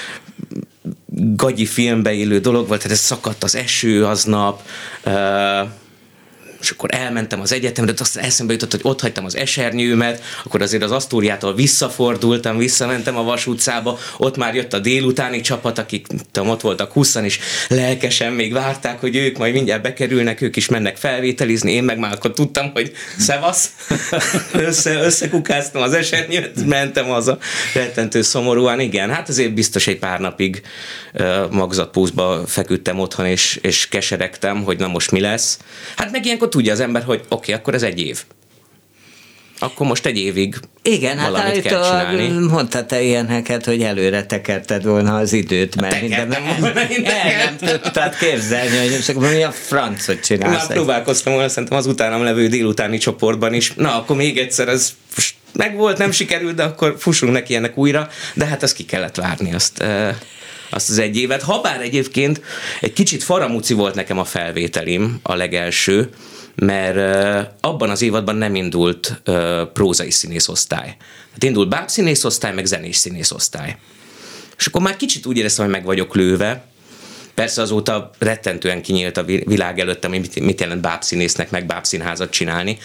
gagyi filmbe élő dolog volt, tehát ez szakadt az eső aznap, uh, és akkor elmentem az egyetemre, de aztán eszembe jutott, hogy ott hagytam az esernyőmet, akkor azért az Asztóriától visszafordultam, visszamentem a Vas utcába, ott már jött a délutáni csapat, akik tudom, ott voltak húszan, és lelkesen még várták, hogy ők majd mindjárt bekerülnek, ők is mennek felvételizni, én meg már akkor tudtam, hogy szevasz, Össze, összekukáztam az esernyőt, mentem haza, rettentő szomorúan, igen, hát azért biztos egy pár napig uh, magzatpúszba feküdtem otthon, és, és keseregtem, hogy na most mi lesz. Hát meg ilyenkor tudja az ember, hogy oké, okay, akkor ez egy év. Akkor most egy évig igen, valamit kell csinálni. Mondtad te ilyeneket, hogy előre tekerted volna az időt, mert minden el nem tudtad képzelni, hogy csak mi a francot csinálsz. Már próbálkoztam volna, szerintem az utánam levő délutáni csoportban is. Na, akkor még egyszer ez meg volt, nem sikerült, de akkor fussunk neki ennek újra, de hát azt ki kellett várni, azt... azt az egy évet. Habár egyébként egy kicsit faramúci volt nekem a felvételim, a legelső, mert uh, abban az évadban nem indult uh, prózai színészosztály. Hát indult bábszínészosztály, meg zenés színészosztály. És akkor már kicsit úgy éreztem, hogy meg vagyok lőve. Persze azóta rettentően kinyílt a világ előttem, hogy mit, mit jelent bábszínésznek, meg bábszínházat csinálni.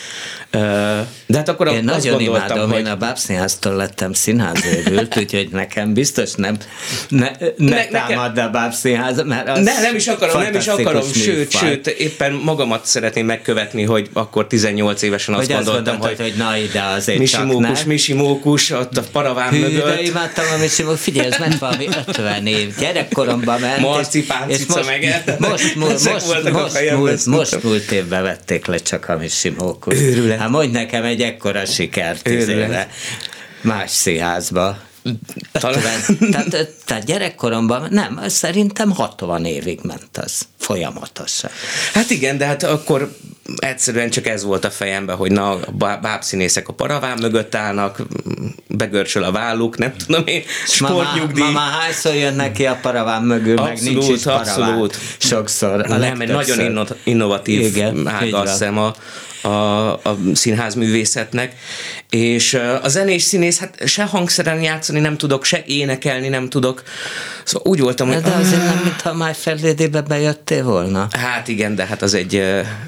De hát akkor én azt nagyon gondoltam, imádom, hogy... én a bábszínháztól lettem színházőrült, úgyhogy nekem biztos nem ne, ne, ne támad a bábszínház, mert az ne, nem is akarom, nem is akarom, sőt, sőt, éppen magamat szeretném megkövetni, hogy akkor tizennyolc évesen azt hogy gondoltam, azt mondtad, hogy, hogy na ide azért Misi csak mókus, Misi mókus, ott a paraván Hű, mögött. De imádtam a Misi mókus, figyelj, ez ment valami ötven év, gyerekkoromban ment. Marci, páncica meg. Most, most, most, most, múlt, most múlt évben vették le csak a Misi mókus. Őrület. Hát mondj nekem egy ekkora sikert tíz éve más színházba. Tehát, tehát, tehát gyerekkoromban nem, szerintem hatvan évig ment az folyamatosan. Hát igen, de hát akkor egyszerűen csak ez volt a fejemben, hogy na, a bábszínészek a paraván mögött állnak, begörcsöl a válluk, nem tudom én, sportnyugdíj. Ma már hányszor jönnek ki a paraván mögül, abszolút, meg nincs is paraván. Abszolút. Sokszor. Nem, egy nagyon innovatív igen, ága, azt hiszem a A, a színházművészetnek, és a zenés színész, hát se hangszeren játszani nem tudok, se énekelni nem tudok, szóval úgy voltam, hogy... De azért nem, mintha My Fair Lady-be bejöttél volna. Hát igen, de hát az egy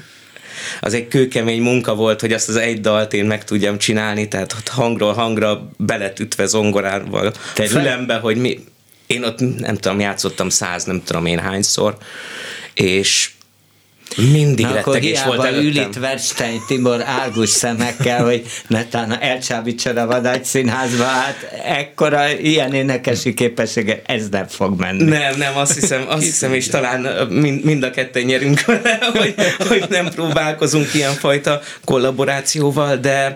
az egy kőkemény munka volt, hogy azt az egy dalt én meg tudjam csinálni, tehát ott hangról hangra beletütve zongorával fülembe, hogy mi... Én ott nem tudom, játszottam száz, nem tudom én hányszor, és mindig na, rettegés volt előttem. ül itt Verstein Tibor árgus szemekkel, hogy netán elcsábítson a Vadágy Színházba, hát ekkora ilyen énekesi képessége, ez nem fog menni. Nem, nem, azt hiszem, azt hiszem és talán mind, mind a ketten nyerünk vele, hogy, hogy nem próbálkozunk ilyenfajta kollaborációval, de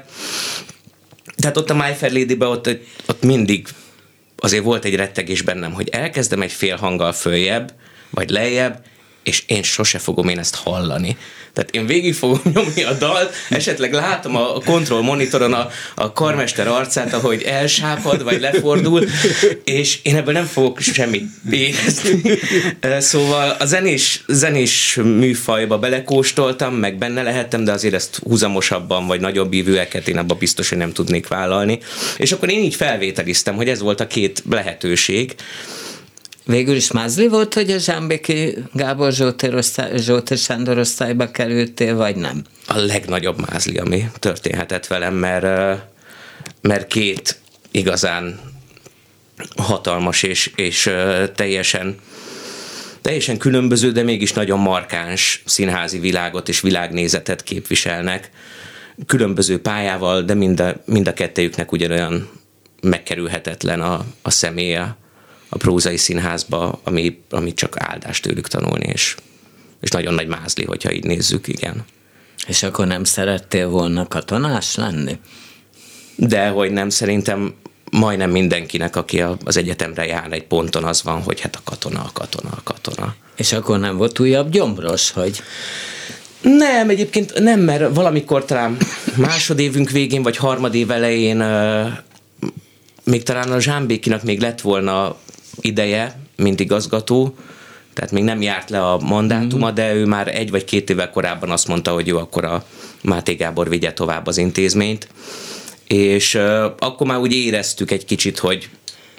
tehát ott a My Fair Lady-ben ott, ott mindig azért volt egy rettegés bennem, hogy elkezdem egy fél hanggal följebb, vagy lejjebb, és én sose fogom én ezt hallani. Tehát én végig fogom nyomni a dalt, esetleg látom a kontroll monitoron a, a karmester arcát, ahogy elsápad, vagy lefordul, és én ebből nem fogok semmit érezni. Szóval a zenés, zenés műfajba belekóstoltam, meg benne lehettem, de azért ezt húzamosabban, vagy nagyobb ívűeket én abban biztos, hogy nem tudnék vállalni. És akkor én így felvételiztem, hogy ez volt a két lehetőség. Végül is mázli volt, hogy a Zsámbéki Gábor Zsótér, osztály, Zsótér Sándor osztályba kerültél, vagy nem? A legnagyobb mázli, ami történhetett velem, mert, mert két igazán hatalmas és, és teljesen, teljesen különböző, de mégis nagyon markáns színházi világot és világnézetet képviselnek. Különböző pályával, de mind a, mind a kettejüknek ugyanolyan megkerülhetetlen a, a személye a prózai színházba, ami, ami csak áldást tőlük tanulni, és, és nagyon nagy mázli, hogyha így nézzük, igen. És akkor nem szerettél volna katonás lenni? De hogy nem, szerintem majdnem mindenkinek, aki az egyetemre jár egy ponton, az van, hogy hát a katona, a katona, a katona. És akkor nem volt újabb gyomros, hogy... Nem, egyébként nem, mert valamikor talán másodévünk végén, vagy harmadév elején még talán a Zsámbékinak még lett volna ideje, mint igazgató, tehát még nem járt le a mandátuma, de ő már egy vagy két évvel korábban azt mondta, hogy jó, akkor a Máté Gábor vigye tovább az intézményt, és uh, akkor már úgy éreztük egy kicsit, hogy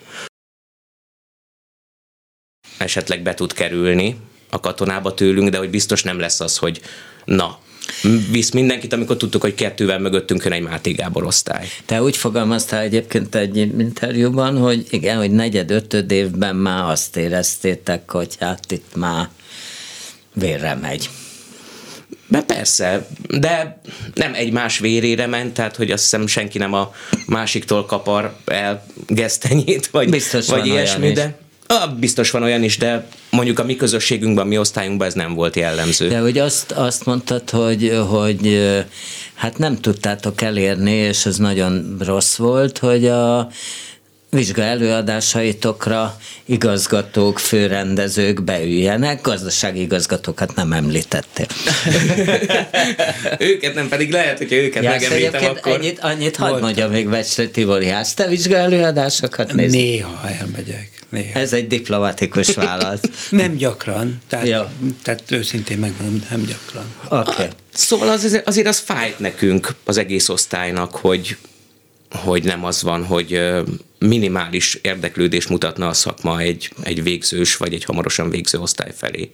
esetleg be tud kerülni a katonába tőlünk, de hogy biztos nem lesz az, hogy na, visz mindenkit, amikor tudtuk, hogy kettővel mögöttünk jön egy Máté Gábor osztály. Te úgy fogalmaztál egyébként egy interjúban, hogy igen, hogy negyed-ötöd évben már azt éreztétek, hogy hát itt már vérre megy. De persze, de nem egymás vérére ment, tehát hogy azt hiszem senki nem a másiktól kapar el gesztenyét, vagy, biztos vagy ilyesmi, de ah, biztos van olyan is, de mondjuk a mi közösségünkben, a mi osztályunkban ez nem volt jellemző. De hogy azt, azt mondtad, hogy, hogy hát nem tudtátok elérni, és ez nagyon rossz volt, hogy a vizsga előadásaitokra igazgatók, főrendezők beüljenek, gazdasági igazgatókat nem említettél. Őket nem, pedig lehet, hogyha őket ja, megemlítem, akkor... Annyit, annyit hadd mondja még Becslet Tibor, jársz te vizsga előadásokat nézd? Néha elmegyek. Néha. Ez egy diplomatikus válasz. Nem gyakran, tehát, ja. tehát őszintén megmondom, nem gyakran. Okay. Szóval az, azért az fájt nekünk, az egész osztálynak, hogy hogy nem az van, hogy minimális érdeklődés mutatna a szakma egy, egy végzős, vagy egy hamarosan végző osztály felé.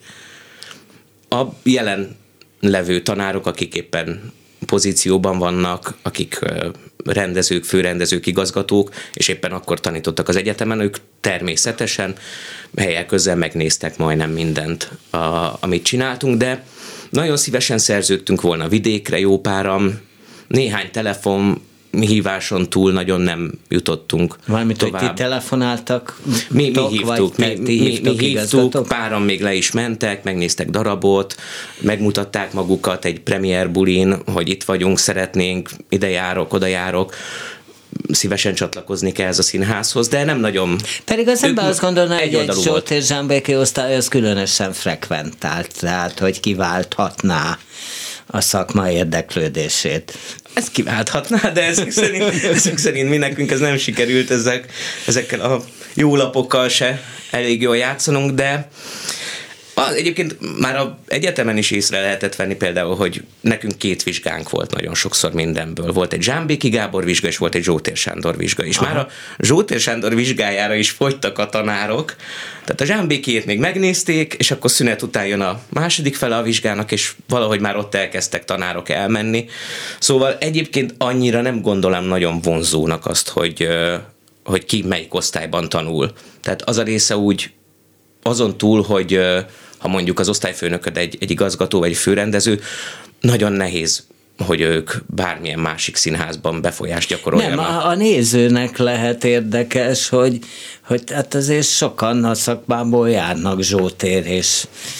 A jelen levő tanárok, akik éppen pozícióban vannak, akik rendezők, főrendezők, igazgatók, és éppen akkor tanítottak az egyetemen, ők természetesen helyek közel megnéztek majdnem mindent, a, amit csináltunk, de nagyon szívesen szerződtünk volna vidékre, jó páram, néhány telefon híváson túl nagyon nem jutottunk Valamint, tovább. Hogy ti telefonáltak? Mi, mi hívtuk, mi, mi, mi hívtuk, páran még le is mentek, megnéztek darabot, megmutatták magukat egy premier bulin, hogy itt vagyunk, szeretnénk, ide járok, oda járok, szívesen csatlakozni kell ez a színházhoz, de nem nagyon... Pedig az ember azt gondolná, hogy egy Zsótér Zsámbéki osztály az különösen frekventált, tehát hogy kiválthatná a szakma érdeklődését. Ez kiválthatná, de ezek szerint, ezek szerint mi nekünk ez nem sikerült, ezek, ezekkel a jó lapokkal se elég jól játszanunk, de az, egyébként már az egyetemen is észre lehetett venni például, hogy nekünk két vizsgánk volt nagyon sokszor mindenből. Volt egy Zsámbéki Gábor vizsga, és volt egy Zsótér Sándor vizsga is. Aha. Már a Zsótér Sándor vizsgájára is fogytak a tanárok, tehát a Zsámbékiét még megnézték, és akkor szünet után jön a második fele a vizsgának, és valahogy már ott elkezdtek tanárok elmenni. Szóval egyébként annyira nem gondolom nagyon vonzónak azt, hogy, hogy ki melyik osztályban tanul. Tehát az a része úgy azon túl, hogy ha mondjuk az osztályfőnököd egy, egy igazgató vagy egy főrendező, nagyon nehéz, hogy ők bármilyen másik színházban befolyást gyakoroljanak. Nem, a, a nézőnek lehet érdekes, hogy, hogy hát azért sokan a szakmából járnak Zsótér és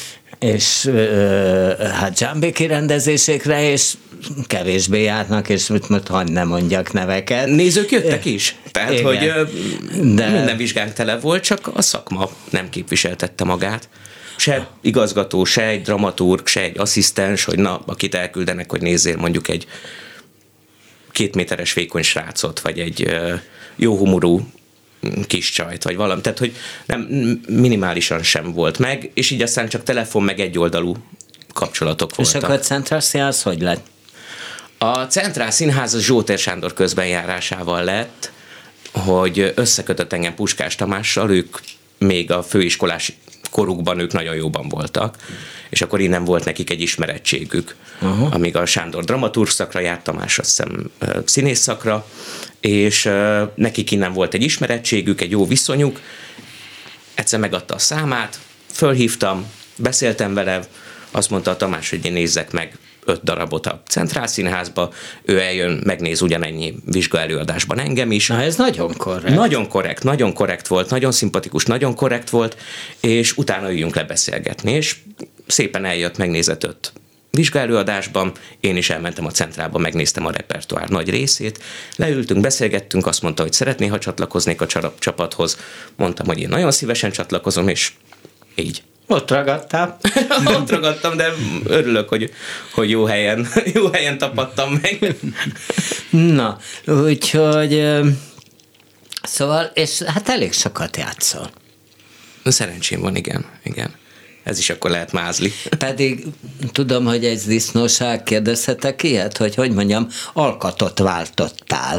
és hát Zsámbéki rendezésekre, és kevésbé járnak, és mit most hadd ne mondjak neveket. Nézők jöttek is. Tehát, igen, hogy de... minden vizsgánk tele volt, csak a szakma nem képviseltette magát. Se igazgató, se egy dramaturg, se egy asszisztens, hogy na, akit elküldenek, hogy nézzél mondjuk egy két méteres vékony srácot, vagy egy jó humorú kis csajt, vagy valami. Tehát, hogy nem, minimálisan sem volt meg, és így aztán csak telefon, meg egyoldalú kapcsolatok voltak. És akkor a Centrál Színház hogy lett? A Centrál Színház az Zsótér Sándor közbenjárásával lett, hogy összekötött engem Puskás Tamással, ők még a főiskolás korukban ők nagyon jóban voltak, és akkor innen volt nekik egy ismerettségük. Uh-huh. Amíg a Sándor dramaturg szakra járt, Tamás azt hiszem színész szakra, és nekik innen volt egy ismerettségük, egy jó viszonyuk. Egyszer megadta a számát, fölhívtam, beszéltem vele, azt mondta a Tamás, hogy én nézzek meg öt darabot a Centrál Színházba, ő eljön, megnéz ugyanennyi vizsgaelőadásban engem is. Na, ez nagyon korrekt. Nagyon korrekt, nagyon korrekt volt, nagyon szimpatikus, nagyon korrekt volt, és utána üljünk le beszélgetni, és szépen eljött, megnézett öt vizsgaelőadásban, én is elmentem a Centrálba, megnéztem a repertoár nagy részét, leültünk, beszélgettünk, azt mondta, hogy szeretné, ha csatlakoznék a csapathoz, mondtam, hogy én nagyon szívesen csatlakozom, és így. Ott ragadtál? Ott ragadtam, de örülök, hogy, hogy jó helyen, jó helyen tapadtam meg. Na, úgyhogy szóval, és hát elég sokat játszol. Szerencsém van, igen, igen. Ez is akkor lehet mázli. Pedig tudom, hogy egy disznóság, kérdezhetek ilyet, hogy hogy mondjam, alkatot váltottál.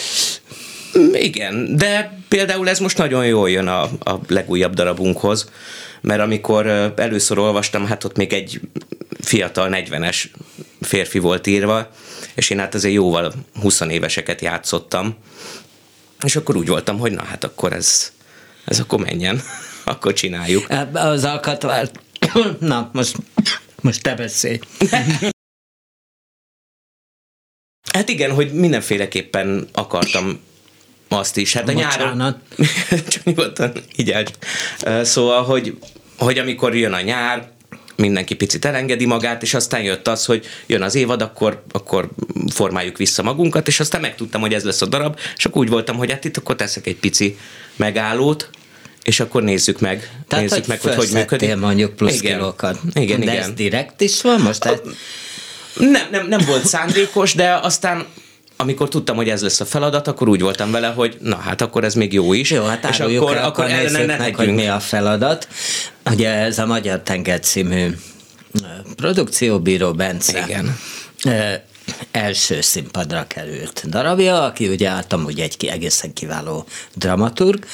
Igen, de például ez most nagyon jól jön a, a legújabb darabunkhoz, mert amikor először olvastam, hát ott még egy fiatal negyvenes férfi volt írva, és én hát azért jóval huszonéveseket játszottam, és akkor úgy voltam, hogy na hát akkor ez, ez akkor menjen, akkor csináljuk. Az alkatvált, na most, most te beszélj. Hát igen, hogy mindenféleképpen akartam azt is. Hát a nyáron... Csak nyugodtan, így áll. Szóval, hogy, hogy amikor jön a nyár, mindenki picit elengedi magát, és aztán jött az, hogy jön az évad, akkor, akkor formáljuk vissza magunkat, és aztán megtudtam, hogy ez lesz a darab, és akkor úgy voltam, hogy hát itt akkor teszek egy pici megállót, és akkor nézzük meg, tehát, nézzük hogy meg, hogy hogy működik. mondjuk plusz igen. kilókat. Igen, de igen. ez direkt is van most? A, nem, nem, nem volt szándékos, de aztán amikor tudtam, hogy ez lesz a feladat, akkor úgy voltam vele, hogy na hát akkor ez még jó is. Jó, hát és akkor, el, akkor nézzük, hogy mi a feladat. Ugye ez a Magyar Tenger című produkcióbíró Bence. Igen. Első színpadra került darabja, aki ugye áltam ugye egy egészen kiváló dramaturg,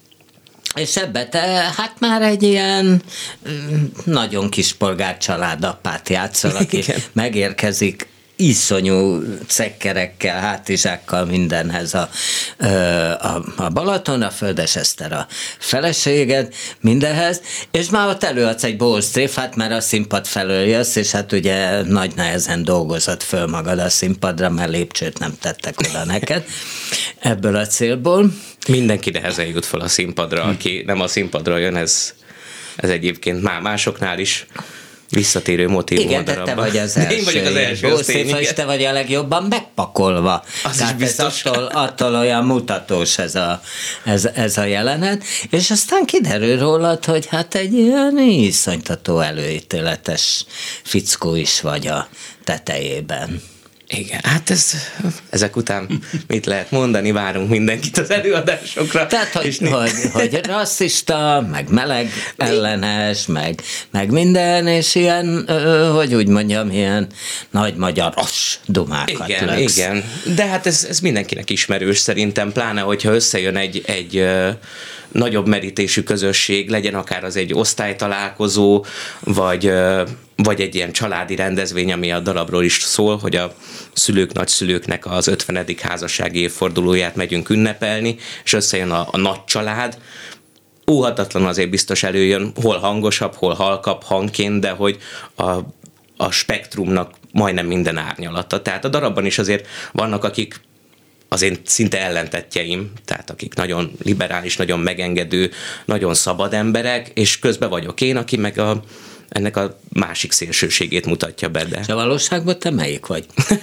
és ebbe te hát már egy ilyen nagyon kispolgár családapát játszol, aki igen. megérkezik iszonyú cekkerekkel, hátizsákkal mindenhez a, a, a Balaton, a Földes Eszter a feleséged, mindenhez, és már ott előadsz egy bóztréfát, mert a színpad felől jössz, és hát ugye nagy nehezen dolgozott föl magad a színpadra, mert lépcsőt nem tettek oda neked ebből a célból. Mindenki nehezen jut fel a színpadra, aki nem a színpadra jön, ez, ez egyébként már másoknál is visszatérő motívum. Igen, de te vagy az első. Én vagyok az első. Bószéfa, és te vagy a legjobban megpakolva. Az Tehát is biztos. attól, attól olyan mutatós ez a, ez, ez a jelenet, és aztán kiderül rólad, hogy hát egy ilyen iszonytató előítéletes fickó is vagy a tetejében. Igen, hát ez, ezek után mit lehet mondani, várunk mindenkit az előadásokra. Tehát, hogy, hogy, hogy rasszista, meg meleg ellenes, meg, meg minden, és ilyen, hogy úgy mondjam, ilyen nagy magyaros dumákat igen, löksz. Igen, de hát ez, ez mindenkinek ismerős szerintem, pláne, hogyha összejön egy, egy nagyobb merítésű közösség, legyen akár az egy osztálytalálkozó, vagy, vagy egy ilyen családi rendezvény, ami a darabról is szól, hogy a szülők, nagyszülőknek az ötvenedik házassági évfordulóját megyünk ünnepelni, és összejön a, a nagy család. Óhatatlan azért biztos előjön, hol hangosabb, hol halkabb hangként, de hogy a, a spektrumnak majdnem minden árnyalata. Tehát a darabban is azért vannak, akik az én szinte ellentetjeim, tehát akik nagyon liberális, nagyon megengedő, nagyon szabad emberek, és közben vagyok én, aki meg a ennek a másik szélsőségét mutatja be. De... És a valóságban te melyik vagy?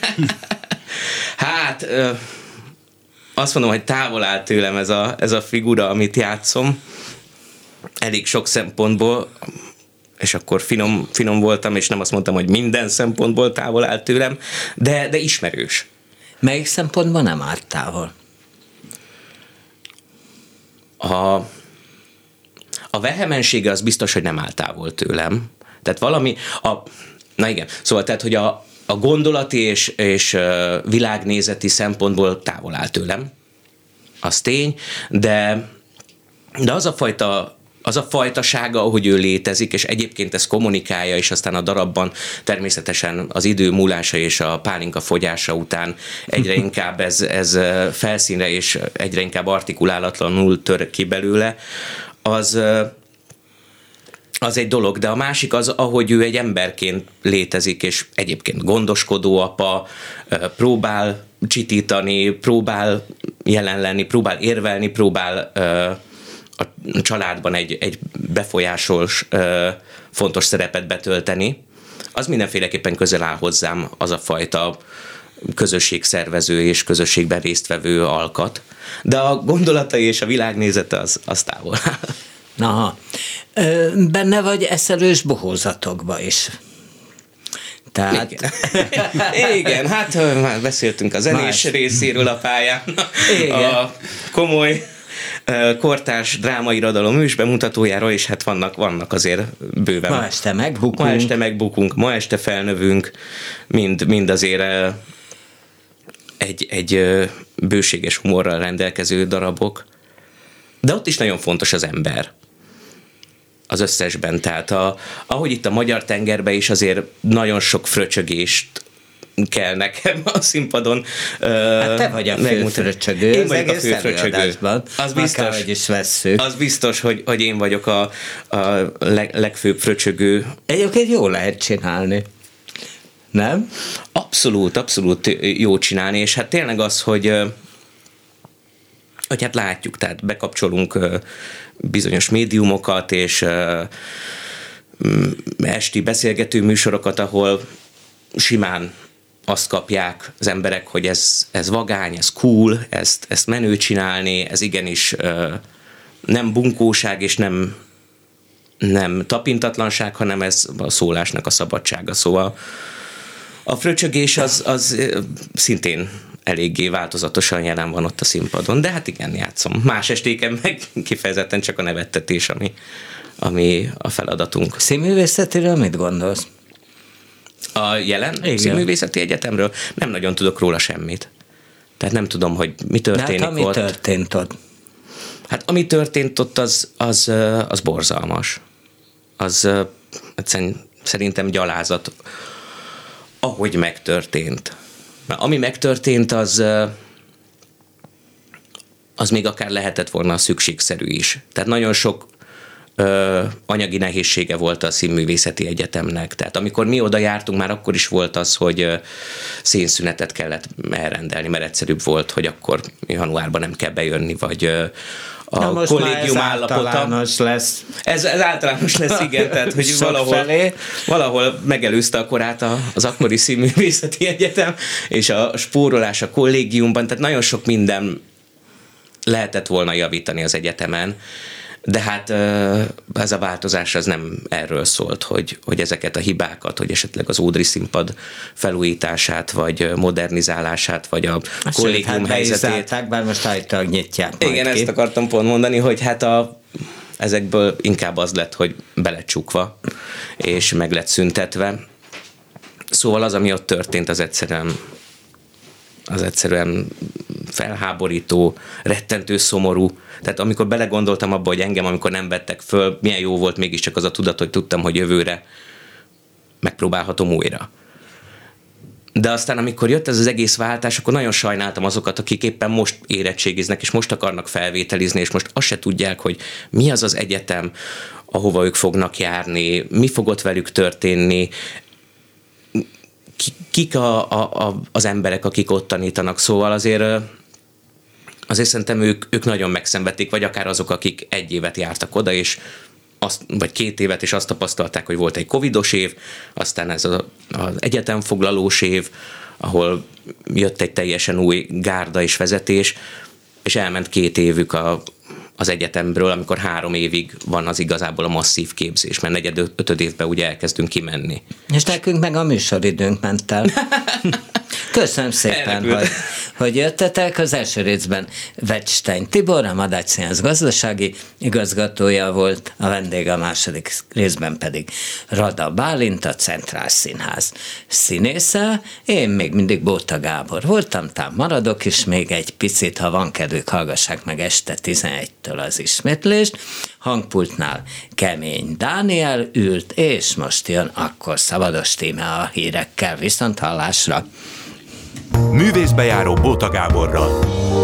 Hát azt mondom, hogy távol áll tőlem ez a, ez a figura, amit játszom. Elég sok szempontból, és akkor finom, finom voltam, és nem azt mondtam, hogy minden szempontból távol áll tőlem, de, de ismerős. Melyik szempontból nem állt távol? A, a vehemensége az biztos, hogy nem áll távol tőlem. Tehát valami, a, na igen, szóval tehát, hogy a, a gondolati és, és világnézeti szempontból távol áll tőlem, az tény, de, de az a fajta az a fajtasága, ahogy ő létezik, és egyébként ezt kommunikálja, és aztán a darabban természetesen az idő múlása és a pálinka fogyása után egyre inkább ez, ez felszínre és egyre inkább artikulálatlanul tör ki belőle, az, az egy dolog, de a másik az, ahogy ő egy emberként létezik, és egyébként gondoskodó apa, próbál csitítani, próbál jelen lenni, próbál érvelni, próbál a családban egy, egy befolyásos, fontos szerepet betölteni, az mindenféleképpen közel áll hozzám az a fajta közösségszervező és közösségben résztvevő alkat. De a gondolatai és a világnézete az, az távol áll. Aha. Benne vagy eszelős bohózatokba is. Tehát... Igen. Igen, hát már beszéltünk a zenés Más. részéről a pályán. Igen. A komoly kortárs drámairodalom ősbemutatójáról, és hát vannak, vannak azért bőven. Ma este megbukunk. Ma este megbukunk, ma este felnövünk, mind, mind azért egy, egy bőséges humorral rendelkező darabok. De ott is nagyon fontos az ember. Az összesben. Tehát a, ahogy itt a Magyar Tengerben is azért nagyon sok fröcsögést kell nekem a színpadon. Hát te vagy a fő fröcsögő. Én vagyok a fő fröcsögő. Az biztos, is az biztos, hogy, hogy én vagyok a, a leg, legfőbb fröcsögő. Egyébként jól lehet csinálni. Nem? Abszolút, abszolút jó csinálni, és hát tényleg az, hogy hogy hát látjuk, tehát bekapcsolunk bizonyos médiumokat, és esti beszélgető műsorokat, ahol simán azt kapják az emberek, hogy ez, ez vagány, ez cool, ezt, ezt menő csinálni, ez igenis nem bunkóság, és nem, nem tapintatlanság, hanem ez a szólásnak a szabadsága. Szóval a fröcsögés az, az szintén eléggé változatosan jelen van ott a színpadon, de hát igen, játszom. Más estéken meg kifejezetten csak a nevettetés, ami, ami a feladatunk. Színművészetiről mit gondolsz? A jelen igen. Színművészeti Egyetemről nem nagyon tudok róla semmit. Tehát nem tudom, hogy mi történik hát, ami ott. ami történt ott? Hát ami történt ott, az, az, az borzalmas. Az egyszerűen szerintem gyalázat, ahogy megtörtént. Mert ami megtörtént, az, az még akár lehetett volna szükségszerű is. Tehát nagyon sok ö, anyagi nehézsége volt a Színművészeti Egyetemnek. Tehát amikor mi oda jártunk, már akkor is volt az, hogy ö, szénszünetet kellett elrendelni, mert egyszerűbb volt, hogy akkor januárban nem kell bejönni, vagy ö, a Na most kollégium már ez állapota. általános lesz. Ez, ez általános lesz, igen, tehát hogy valahol, valahol megelőzte a korát az akkori Színművészeti Egyetem, és a spórolás a kollégiumban, tehát nagyon sok minden lehetett volna javítani az egyetemen, de hát ez a változás az nem erről szólt, hogy, hogy ezeket a hibákat, hogy esetleg az Ódri Színpad felújítását, vagy modernizálását, vagy a Sőt, kollégium hát helyzetét. Bár most állítólag nyitják Igen, majd ki. Ezt akartam pont mondani, hogy hát a, ezekből inkább az lett, hogy belecsukva, és meg lett szüntetve. Szóval az, ami ott történt, az egyszerűen az egyszerűen felháborító, rettentő szomorú. Tehát amikor belegondoltam abba, hogy engem, amikor nem vettek föl, milyen jó volt mégiscsak az a tudat, hogy tudtam, hogy jövőre megpróbálhatom újra. De aztán, amikor jött ez az egész váltás, akkor nagyon sajnáltam azokat, akik éppen most érettségiznek, és most akarnak felvételizni, és most azt se tudják, hogy mi az az egyetem, ahova ők fognak járni, mi fog ott velük történni, kik a, a, a, az emberek, akik ott tanítanak. Szóval azért, azért szerintem ők, ők nagyon megszenvedték, vagy akár azok, akik egy évet jártak oda, és azt, vagy két évet, és azt tapasztalták, hogy volt egy covidos év, aztán ez az, az egyetemfoglalós év, ahol jött egy teljesen új gárda és vezetés, és elment két évük a, az egyetemről, amikor három évig van az igazából a masszív képzés, mert negyed ötöd évben ugye elkezdünk kimenni. És nekünk meg a műsoridőnk ment el. Köszönöm szépen, hogy, hogy jöttetek. Az első részben Wettstein Tibor, a Madács Színház gazdasági igazgatója volt, a vendég a második részben pedig Rada Bálint, a Centrál Színház színésze. Én még mindig Bóta Gábor voltam, tám maradok is még egy picit, ha van kedvük, hallgassák meg este tizenegytől az ismétlést. Hangpultnál Kemény Dániel ült, és most jön akkor Szabados Tíme a hírekkel. Viszont hallásra! Művészbejáró Bóta Gáborral.